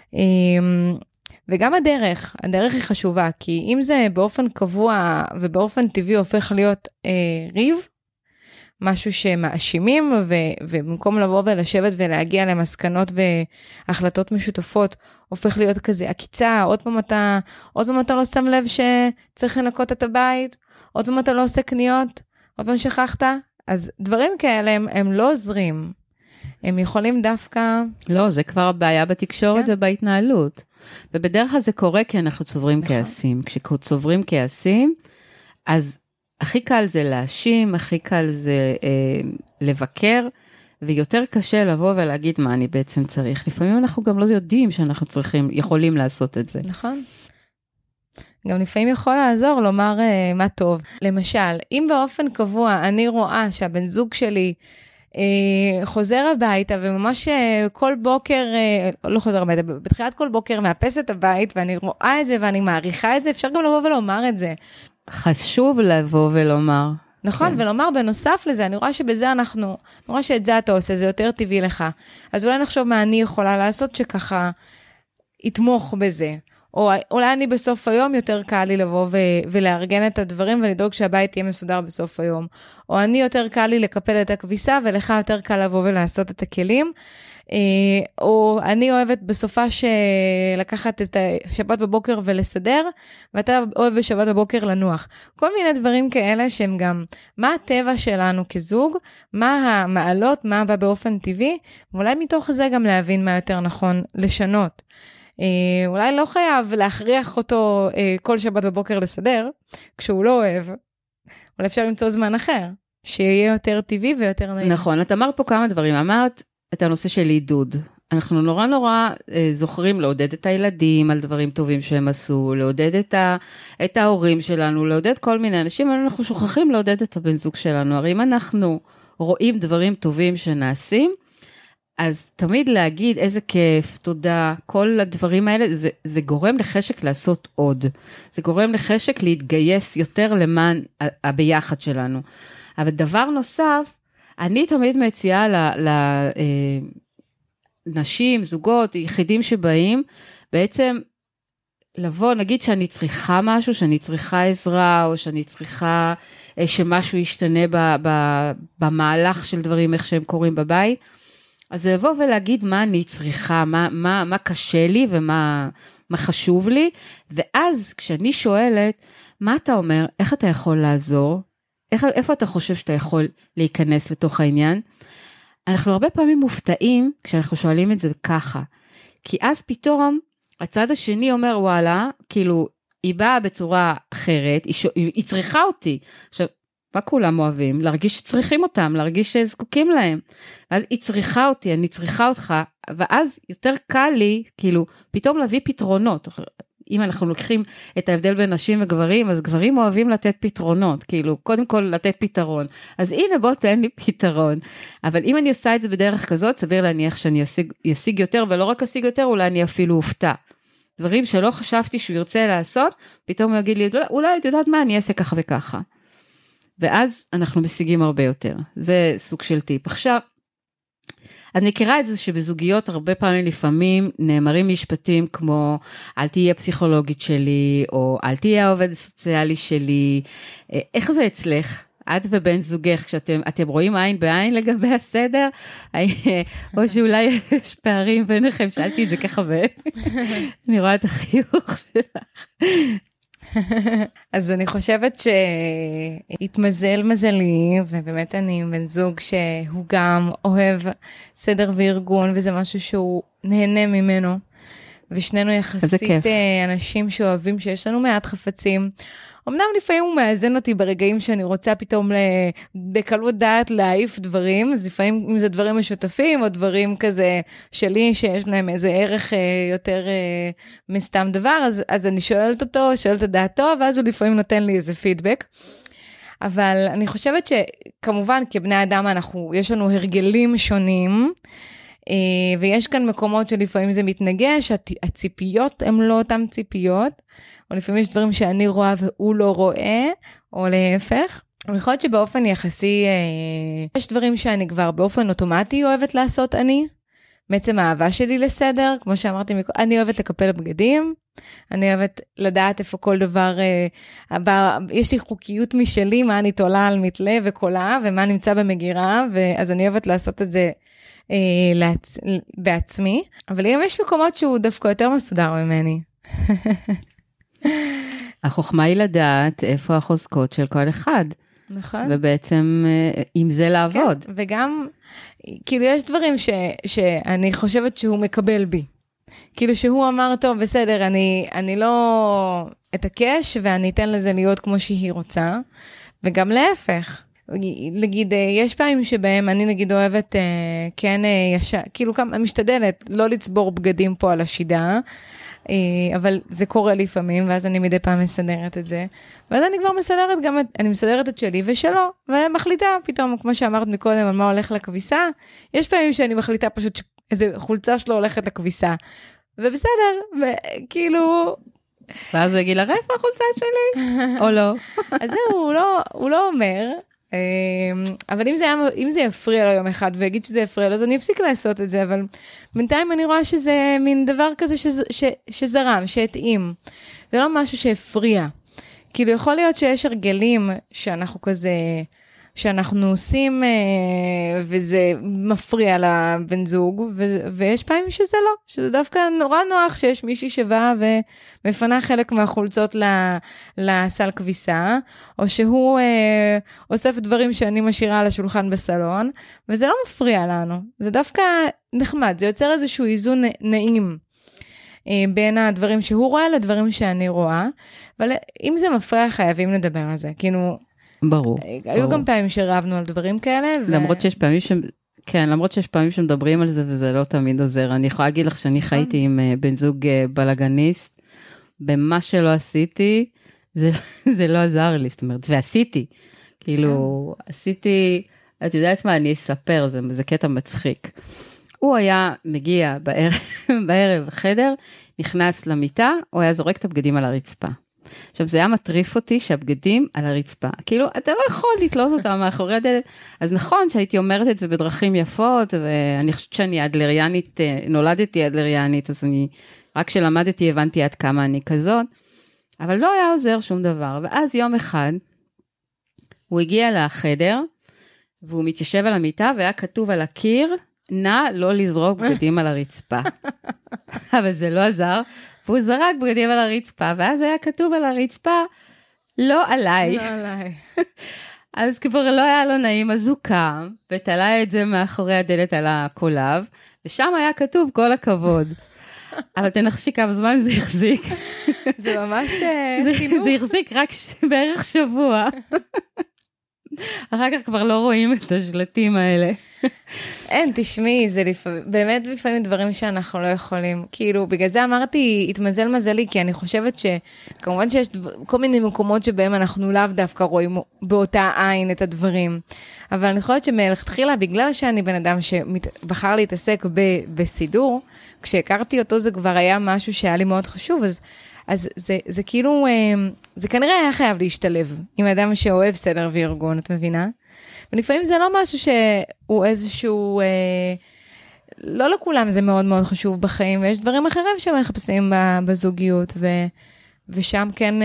וגם הדרך היא חשובה, כי אם זה באופן קבוע ובאופן טבעי הופך להיות ריב, משהו שמאשימים, ובמקום לבוא ולשבת ולהגיע למסקנות והחלטות משותפות, הופך להיות כזה עקיצה, עוד פעם אתה לא שם לב שצריך לנקות את הבית, עוד פעם אתה לא עושה קניות, עוד פעם שכחת, אז דברים כאלה הם לא עוזרים, הם יכולים דווקא... לא, זה כבר הבעיה בתקשורת ובהתנהלות. ובדרך כלל זה קורה כי אנחנו צוברים כעסים. כשצוברים כעסים, אז הכי קל זה להאשים, הכי קל זה לבקר, ויותר קשה לבוא ולהגיד מה אני בעצם צריך. לפעמים אנחנו גם לא יודעים שאנחנו יכולים לעשות את זה. נכון. גם לפעמים יכול לעזור לומר מה טוב. למשל, אם באופן קבוע אני רואה שהבן זוג שלי חוזר הביתה, וממש כל בוקר, לא חוזר הביתה, בתחילת כל בוקר מאפס את הבית, ואני רואה את זה, ואני מעריכה את זה, אפשר גם לבוא ולומר את זה. חשוב לבוא ולומר. נכון, כן. ולומר בנוסף לזה, אני רואה שבזה אני רואה שאת זה אתה עושה, זה יותר טבעי לך. אז אולי נחשוב מה אני יכולה לעשות, שככה יתמוך בזה. או אולי אני בסוף היום יותר קל לי לבוא ולארגן את הדברים, ולדאוג שהבית יהיה מסודר בסוף היום. או אני יותר קל לי לקפל את הכביסה, ולך יותר קל לבוא ולעשות את הכלים. או אני אוהבת בסופה לקחת את השבת בבוקר ולסדר, ואתה אוהב בשבת בבוקר לנוח. כל מיני דברים כאלה שהם גם, מה הטבע שלנו כזוג, מה המעלות, מה בא באופן טבעי, ואולי מתוך זה גם להבין מה יותר נכון לשנות. אולי לא חייב להכריח אותו כל שבת בבוקר לסדר, כשהוא לא אוהב, אבל אפשר למצוא זמן אחר, שיהיה יותר טבעי ויותר נעים. נכון, את אמרת פה כמה דברים, אמרת את הנושא של עידוד. אנחנו נורא זוכרים לעודד את הילדים על דברים טובים שהם עשו, לעודד את ההורים שלנו, לעודד כל מיני אנשים, אבל אנחנו שוכחים לעודד את הבן זוג שלנו. הרי אם אנחנו רואים דברים טובים שנעשים, אז תמיד להגיד איזה כיף, תודה, כל הדברים האלה, זה גורם לחשק לעשות עוד. זה גורם לחשק להתגייס יותר למען הביחד שלנו. אבל דבר נוסף, אני תמיד מציעה לנשים, זוגות, יחידים שבאים, בעצם לבוא, נגיד שאני צריכה משהו, שאני צריכה עזרה, או שאני צריכה שמשהו ישתנה במהלך של דברים, איך שהם קורים בבית, אז לבוא ולהגיד מה אני צריכה, מה קשה לי ומה חשוב לי, ואז כשאני שואלת, מה אתה אומר, איך אתה יכול לעזור, איפה אתה חושב שאתה יכול להיכנס לתוך העניין? אנחנו הרבה פעמים מופתעים כשאנחנו שואלים את זה ככה, כי אז פתאום הצד השני אומר וואלה, כאילו היא באה בצורה אחרת, היא צריכה אותי. עכשיו, מה כולם אוהבים? להרגיש שצריכים אותם, להרגיש שזקוקים להם. ואז היא צריכה אותי, אני צריכה אותך, ואז יותר קל לי, כאילו, פתאום להביא פתרונות. אם אנחנו לוקחים את ההבדל בין נשים וגברים, אז גברים אוהבים לתת פתרונות, כאילו, קודם כל לתת פתרון. אז הנה בוא תן לי פתרון. אבל אם אני עושה את זה בדרך כזאת, סביר להניח שאני אשיג יותר, ולא רק אשיג יותר, אולי אני אפילו אופתע. דברים שלא חשבתי שהוא ירצה לעשות, פתאום הוא יגיד לי, אולי את יודעת מה, אני אעשה ככה וככה. ואז אנחנו משיגים הרבה יותר. זה סוג של טיפ. עכשיו, אני מכירה את זה שבזוגיות הרבה פעמים לפעמים נאמרים משפטים כמו, אל תהיה הפסיכולוגית שלי, או אל תהיה העובד הסוציאלי שלי. איך זה אצלך? את ובן זוגך, כשאתם רואים עין בעין לגבי הסדר, או שאולי יש פערים ביניכם, שאלתי את זה ככה, ואני רואה את החיוך שלך. אז אני חושבת שהתמזל מזלי, ובאמת אני בן זוג שהוא גם אוהב סדר וארגון, וזה משהו שהוא נהנה ממנו, ושנינו יחסית אנשים שאוהבים שיש לנו מעט חפצים. אמנם לפעמים הוא מאזן אותי ברגעים שאני רוצה פתאום בקלות דעת להעיף דברים, אז לפעמים אם זה דברים משותפים, או דברים כזה שלי שיש להם איזה ערך יותר מסתם דבר, אז אני שואלת אותו, שואלת את דעתו, ואז הוא לפעמים נותן לי איזה פידבק. אבל אני חושבת שכמובן כבני אדם יש לנו הרגלים שונים, ויש כאן מקומות שלפעמים זה מתנגש, הציפיות הן לא אותן ציפיות, או לפעמים יש דברים שאני רואה והוא לא רואה, או להפך. אני חושבת שבאופן יחסי, יש דברים שאני כבר באופן אוטומטי אוהבת לעשות אני, בעצם האהבה שלי לסדר, כמו שאמרתי, אני אוהבת לקפל בגדים, אני אוהבת לדעת איפה כל דבר, יש לי חוקיות משלי, מה אני תולה על מתלה וקולה, ומה נמצא במגירה, אז אני אוהבת לעשות את זה בעצמי, אבל גם יש מקומות שהוא דווקא יותר מסודר ממני. החוכמה היא לדעת איפה החוזקות של כל אחד. נכון. ובעצם עם זה לעבוד. כן, וגם, כאילו יש דברים שאני חושבת שהוא מקבל בי. כאילו שהוא אמר, טוב, בסדר, אני לא אתעקש, ואני אתן לזה להיות כמו שהיא רוצה, וגם להפך. נגיד, יש פעמים שבהם אני נגיד אוהבת, כן, כאילו כמה משתדלת, לא לצבור בגדים פה על השידה, אבל זה קורה לפעמים, ואז אני מדי פעם מסדרת את זה, ואז אני כבר מסדרת גם, אני מסדרת את שלי ושלו, ומחליטה פתאום, כמו שאמרת מקודם, על מה הולך לכביסה, יש פעמים שאני מחליטה פשוט איזה חולצה שלו הולכת לכביסה, ובסדר, וכאילו... ואז הוא יגיד לה, איפה החולצה שלי? או לא? אז זהו, הוא לא אומר, אבל אם זה יפריע לו יום אחד, ויגיד שזה יפריע לו, אז אני אפסיק לעשות את זה, אבל בינתיים אני רואה שזה מין דבר כזה שזרם, שהתאים. זה לא משהו שהפריע. כאילו יכול להיות שיש הרגלים שאנחנו כזה, שאנחנו עושים, וזה מפריע לבן זוג, ויש פעמים שזה לא, שזה דווקא נורא נוח שיש מישהי שבאה ומפנה חלק מהחולצות לסל כביסה, או שהוא אוסף דברים שאני משאירה על השולחן בסלון, וזה לא מפריע לנו, זה דווקא נחמד, זה יוצר איזשהו איזון נעים, בין הדברים שהוא רואה לדברים שאני רואה, אבל אם זה מפריע חייבים לדבר על זה, כאילו, ברור. היו גם פעמים שרבנו על דברים כאלה. למרות שיש פעמים כן, למרות שיש פעמים שמדברים על זה וזה לא תמיד עוזר. אני יכולה להגיד לך שאני חייתי עם בן זוג בלגניסט, במה שלא עשיתי, זה לא עזר לי, זאת אומרת, ועשיתי. כאילו, עשיתי, את יודעת מה, אני אספר, זה קטע מצחיק. הוא היה מגיע בערב חדר, נכנס למיטה, הוא היה זורק את הבגדים על הרצפה. עכשיו, זה היה מטריף אותי שהבגדים על הרצפה. כאילו, אתה לא יכול לתלות אותם מאחורי הדלת. אז נכון שהייתי אומרת את זה בדרכים יפות, ואני חושבת שאני אדלריאנית, נולדתי אדלריאנית, אז אני, רק כשלמדתי הבנתי עד כמה אני כזאת, אבל לא היה עוזר שום דבר. ואז יום אחד, הוא הגיע לחדר, והוא מתיישב על המיטה, והיה כתוב על הקיר, נא לא לזרוק בגדים על הרצפה. אבל זה לא עזר, והוא זרק בגדים על הרצפה, ואז היה כתוב על הרצפה, לא עליי. לא עליי. אז כבר לא היה לו נעים, אז הוא קם, ותלה את זה מאחורי הדלת על הקולב, ושם היה כתוב כל הכבוד. אבל תנחשי כמה זמן זה החזיק. זה ממש חינוך. זה החזיק רק בערך שבוע. אחר כך כבר לא רואים את השלטים האלה. אין, תשמעי, זה באמת לפעמים דברים שאנחנו לא יכולים. כאילו, בגלל זה אמרתי, התמזל מזלי, כי אני חושבת שכמובן שיש כל מיני מקומות שבהם אנחנו לאו דווקא רואים באותה עין את הדברים. אבל אני חושבת שמלכתחילה, בגלל שאני בן אדם שבחר להתעסק בסידור, כשהכרתי אותו זה כבר היה משהו שהיה לי מאוד חשוב, אז זה כאילו, זה כנראה היה חייב להשתלב עם אדם שאוהב סדר וארגון, את מבינה? ולפעמים זה לא משהו שהוא איזשהו, לא לכולם זה מאוד מאוד חשוב בחיים, ויש דברים אחרים שמחפשים בזוגיות, ושם כן,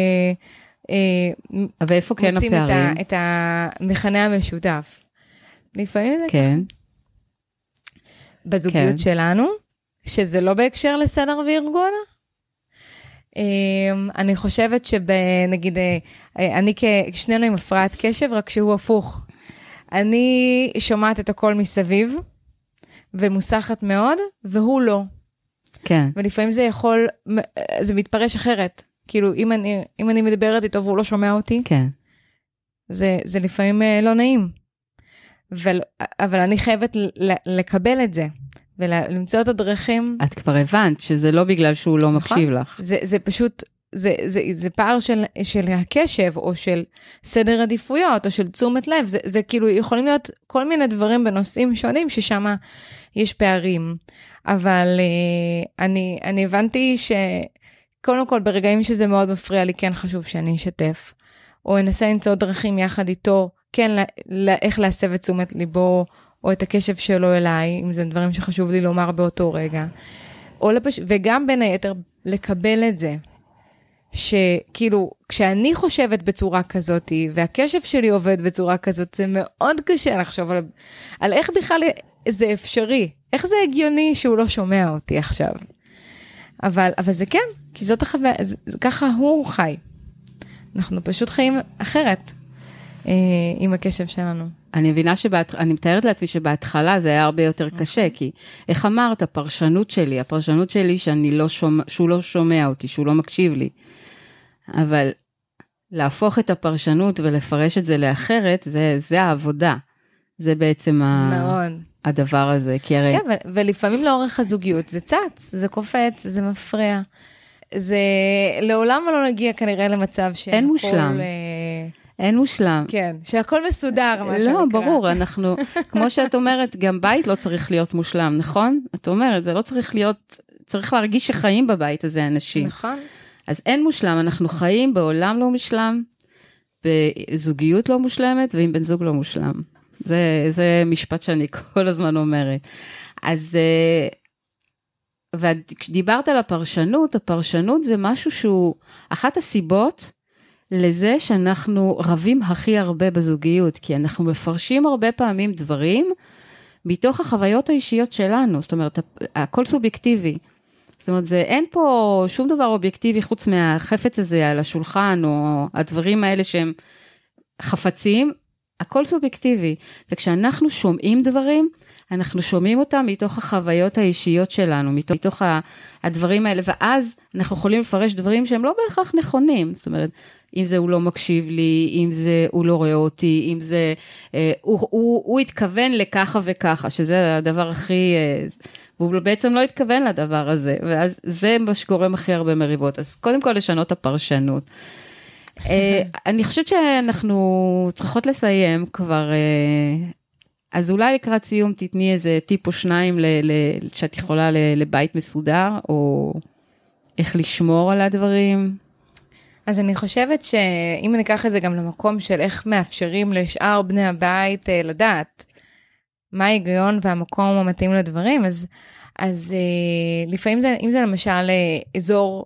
ואיפה כן מוצאים הפערים? את המכנה המשותף. לפעמים זה כן. בזוגיות כן. שלנו, שזה לא בהקשר לסדר וארגון, אני חושבת שבנגיד, אני כשנינו עם הפרעת קשב, רק שהוא הפוך. אני שומעת את הכל מסביב, ומוסחת מאוד, והוא לא. כן. ולפעמים זה יכול, זה מתפרש אחרת. כאילו, אם אני מדברת איתו והוא לא שומע אותי, כן. זה לפעמים לא נעים. אבל אני חייבת לקבל את זה. ולמצוא את הדרכים. את כבר הבנת שזה לא בגלל שהוא לא מקשיב לך. זה פשוט, זה פער של הקשב, או של סדר עדיפויות, או של תשומת לב. זה כאילו יכולים להיות כל מיני דברים בנושאים שונים, ששם יש פערים. אבל אני הבנתי שקודם כל ברגעים שזה מאוד מפריע לי, כן חשוב שאני אשתף. או אנסה למצוא דרכים יחד איתו, כן איך להסב את תשומת ליבו, או את הקשב שלו אליי, אם זה דברים שחשוב לי לומר באותו רגע. וגם בין היתר, לקבל את זה. שכאילו, כשאני חושבת בצורה כזאת, והקשב שלי עובד בצורה כזאת, זה מאוד קשה לחשוב על איך בכלל זה אפשרי. איך זה הגיוני שהוא לא שומע אותי עכשיו. אבל זה כן, כי זאת החוויה, ככה הוא חי. אנחנו פשוט חיים אחרת, עם הקשב שלנו. אני מבינה אני מתארת לעצמי שבהתחלה זה היה הרבה יותר קשה, כי איך אמרת, הפרשנות שלי שהוא לא שומע אותי, שהוא לא מקשיב לי. אבל להפוך את הפרשנות ולפרש את זה לאחרת, זה העבודה. זה בעצם הדבר הזה. כן, ולפעמים לאורך הזוגיות זה צץ, זה קופץ, זה מפריע. זה לעולם לא נגיע כנראה למצב אין מושלם. אין מושלם. כן, שהכל מסודר, מה שנקרא. לא, ברור, אנחנו, כמו שאת אומרת, גם בית לא צריך להיות מושלם, נכון? את אומרת, זה לא צריך להיות, צריך להרגיש שחיים בבית הזה אנשים. נכון. אז אין מושלם, אנחנו חיים בעולם לא מושלם, בזוגיות לא מושלמת, ועם בן זוג לא מושלם. זה משפט שאני כל הזמן אומרת. אז, וכשדיברת על הפרשנות, הפרשנות זה משהו שהוא, אחת הסיבות לזה שאנחנו רבים הכי הרבה בזוגיות, כי אנחנו מפרשים הרבה פעמים דברים, מתוך החוויות האישיות שלנו, זאת אומרת, הכל סובייקטיבי. זאת אומרת, אין פה שום דבר אובייקטיבי חוץ מהחפץ הזה על השולחן, או הדברים האלה שהם חפצים, הכל סובייקטיבי. וכשאנחנו שומעים דברים, אנחנו שומעים אותם מתוך החוויות האישיות שלנו, מתוך הדברים האלה, ואז אנחנו יכולים לפרש דברים שהם לא בהכרח נכונים. זאת אומרת, אם זה הוא לא מקשיב לי, אם זה הוא לא רואה אותי, אם זה הוא התכוון לככה וככה, שזה הדבר הכי, והוא בעצם לא התכוון לדבר הזה, ואז זה מה שגורם הכי הרבה מריבות. אז קודם כל לשנות את הפרשנות. אני חושבת שאנחנו צריכות לסיים כבר, אז אולי לקראת סיום תתני איזה טיפ או שניים שאת יכולה לבית מסודר, או איך לשמור על הדברים. אז אני חושבת שאם ניקח את זה גם למקום של איך מאפשרים לשאר בני הבית לדעת מה ההיגיון והמקום המתאים לדברים, אז לפעמים אם זה למשל אזור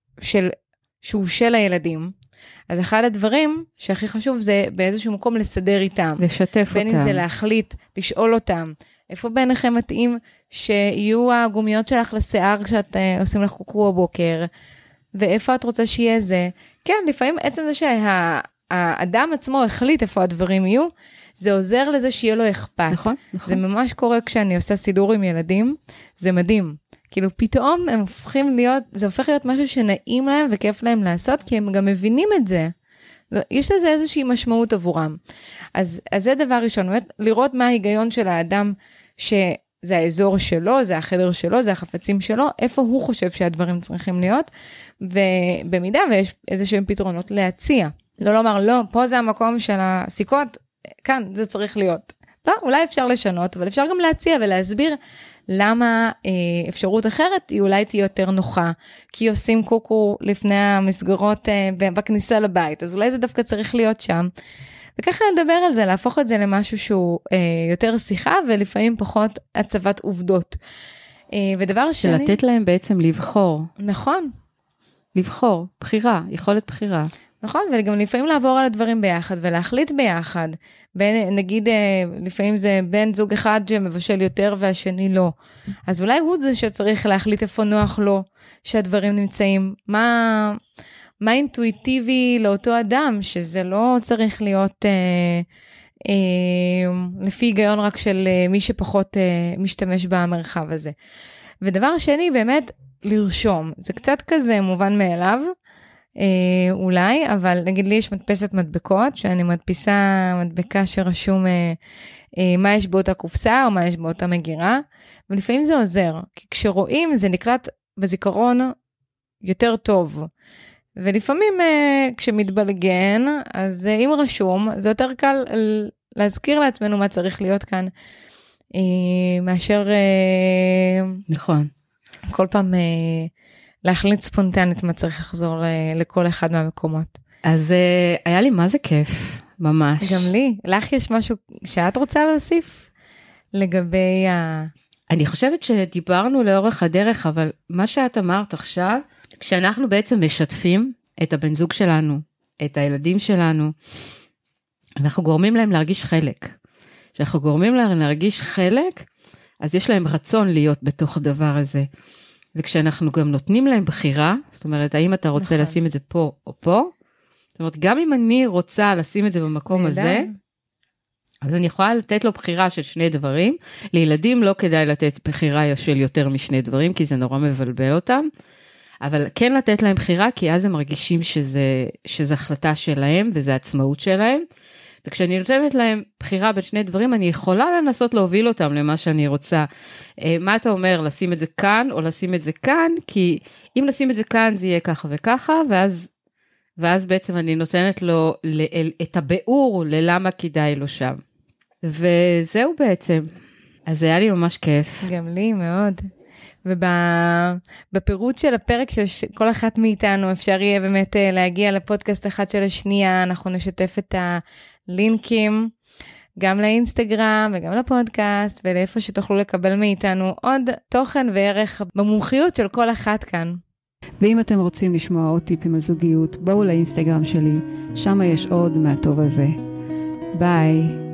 שהוא של הילדים, אז אחד הדברים שהכי חשוב זה באיזשהו מקום לסדר איתם. לשתף בין אותם. אם זה להחליט, לשאול אותם, איפה ביניכם מתאים שיהיו הגומיות שלך לשיער כשאת עושים לך קוקו בבוקר, ואיפה את רוצה שיהיה זה. כן, לפעמים עצם זה שהאדם עצמו החליט איפה הדברים יהיו, זה עוזר לזה שיהיה לו אכפת. נכון, נכון. זה ממש קורה כשאני עושה סידור עם ילדים, זה מדהים. כאילו פתאום הם הופכים להיות, זה הופך להיות משהו שנעים להם וכיף להם לעשות, כי הם גם מבינים את זה. יש לזה איזושהי משמעות עבורם. אז זה דבר ראשון, באמת, לראות מה ההיגיון של האדם, שזה האזור שלו, זה החדר שלו, זה החפצים שלו, איפה הוא חושב שהדברים צריכים להיות, ובמידה ויש איזשהם פתרונות להציע. לא לומר, לא, פה זה המקום של הסיכות, כאן זה צריך להיות. לא, אולי אפשר לשנות, אבל אפשר גם להציע ולהסביר למה אפשרות אחרת היא אולי תהיה יותר נוחה, כי עושים קוקו לפני המסגרות בכניסה לבית, אז אולי זה דווקא צריך להיות שם. וככה לדבר על זה, להפוך את זה למשהו שהוא יותר שיחה, ולפעמים פחות הצבת עובדות. ודבר שני... שלתת להם בעצם לבחור. נכון. לבחור, בחירה, יכולת בחירה. נכון, וגם לפעמים לעבור על הדברים ביחד, ולהחליט ביחד. נגיד, לפעמים זה בן זוג אחד שמבשל יותר והשני לא. אז אולי הוא זה שצריך להחליט איפה נוח לו, שהדברים נמצאים. מה אינטואיטיבי לאותו אדם, שזה לא צריך להיות לפי היגיון רק של מי שפחות משתמש במרחב הזה. ודבר שני, באמת, לרשום. זה קצת כזה מובן מאליו, אולי, אבל נגיד לי יש מדפסת מדבקות, שאני מדפיסה מדבקה שרשום מה יש באותה קופסה, או מה יש באותה מגירה, ולפעמים זה עוזר, כי כשרואים זה נקלט בזיכרון יותר טוב, ולפעמים כשמתבלגן, אז אם רשום, זה יותר קל להזכיר לעצמנו מה צריך להיות כאן, מאשר נכון. כל פעם להחליט ספונטנית מה צריך לחזור לכל אחד מהמקומות. אז היה לי מה זה כיף, ממש. גם לי. לך יש משהו שאת רוצה להוסיף לגבי אני חושבת שדיברנו לאורך הדרך, אבל מה שאת אמרת עכשיו, כשאנחנו בעצם משתפים את הבן זוג שלנו, את הילדים שלנו, אנחנו גורמים להם להרגיש חלק. כשאנחנו גורמים להם להרגיש חלק, אז יש להם רצון להיות בתוך הדבר הזה. וכשאנחנו גם נותנים להם בחירה, זאת אומרת, האם אתה רוצה לשים את זה פה או פה, זאת אומרת, גם אם אני רוצה לשים את זה במקום הזה, אז אני יכולה לתת לו בחירה של שני דברים. לילדים לא כדאי לתת בחירה של יותר משני דברים, כי זה נורא מבלבל אותם, אבל כן לתת להם בחירה, כי אז הם מרגישים שזה החלטה שלהם, וזה עצמאות שלהם, וכשאני נותנת להם בחירה בין שני דברים, אני יכולה לנסות להוביל אותם למה שאני רוצה. מה אתה אומר, לשים את זה כאן, או לשים את זה כאן, כי אם נשים את זה כאן, זה יהיה ככה וככה, ואז בעצם אני נותנת לו את הביאור ללמה כדאי לו שם. וזהו בעצם. אז היה לי ממש כיף. גם לי מאוד. ובפירוט של הפרק של כל אחת מאיתנו אפשר יהיה באמת להגיע לפודקאסט אחד של השנייה, אנחנו נשתף את הלינקים גם לאינסטגרם וגם לפודקאסט ולאיפה שתוכלו לקבל מאיתנו עוד תוכן וערך במומחיות של כל אחת כאן. ואם אתם רוצים לשמוע עוד טיפים על זוגיות, בואו לאינסטגרם שלי, שם יש עוד מהטוב הזה. ביי.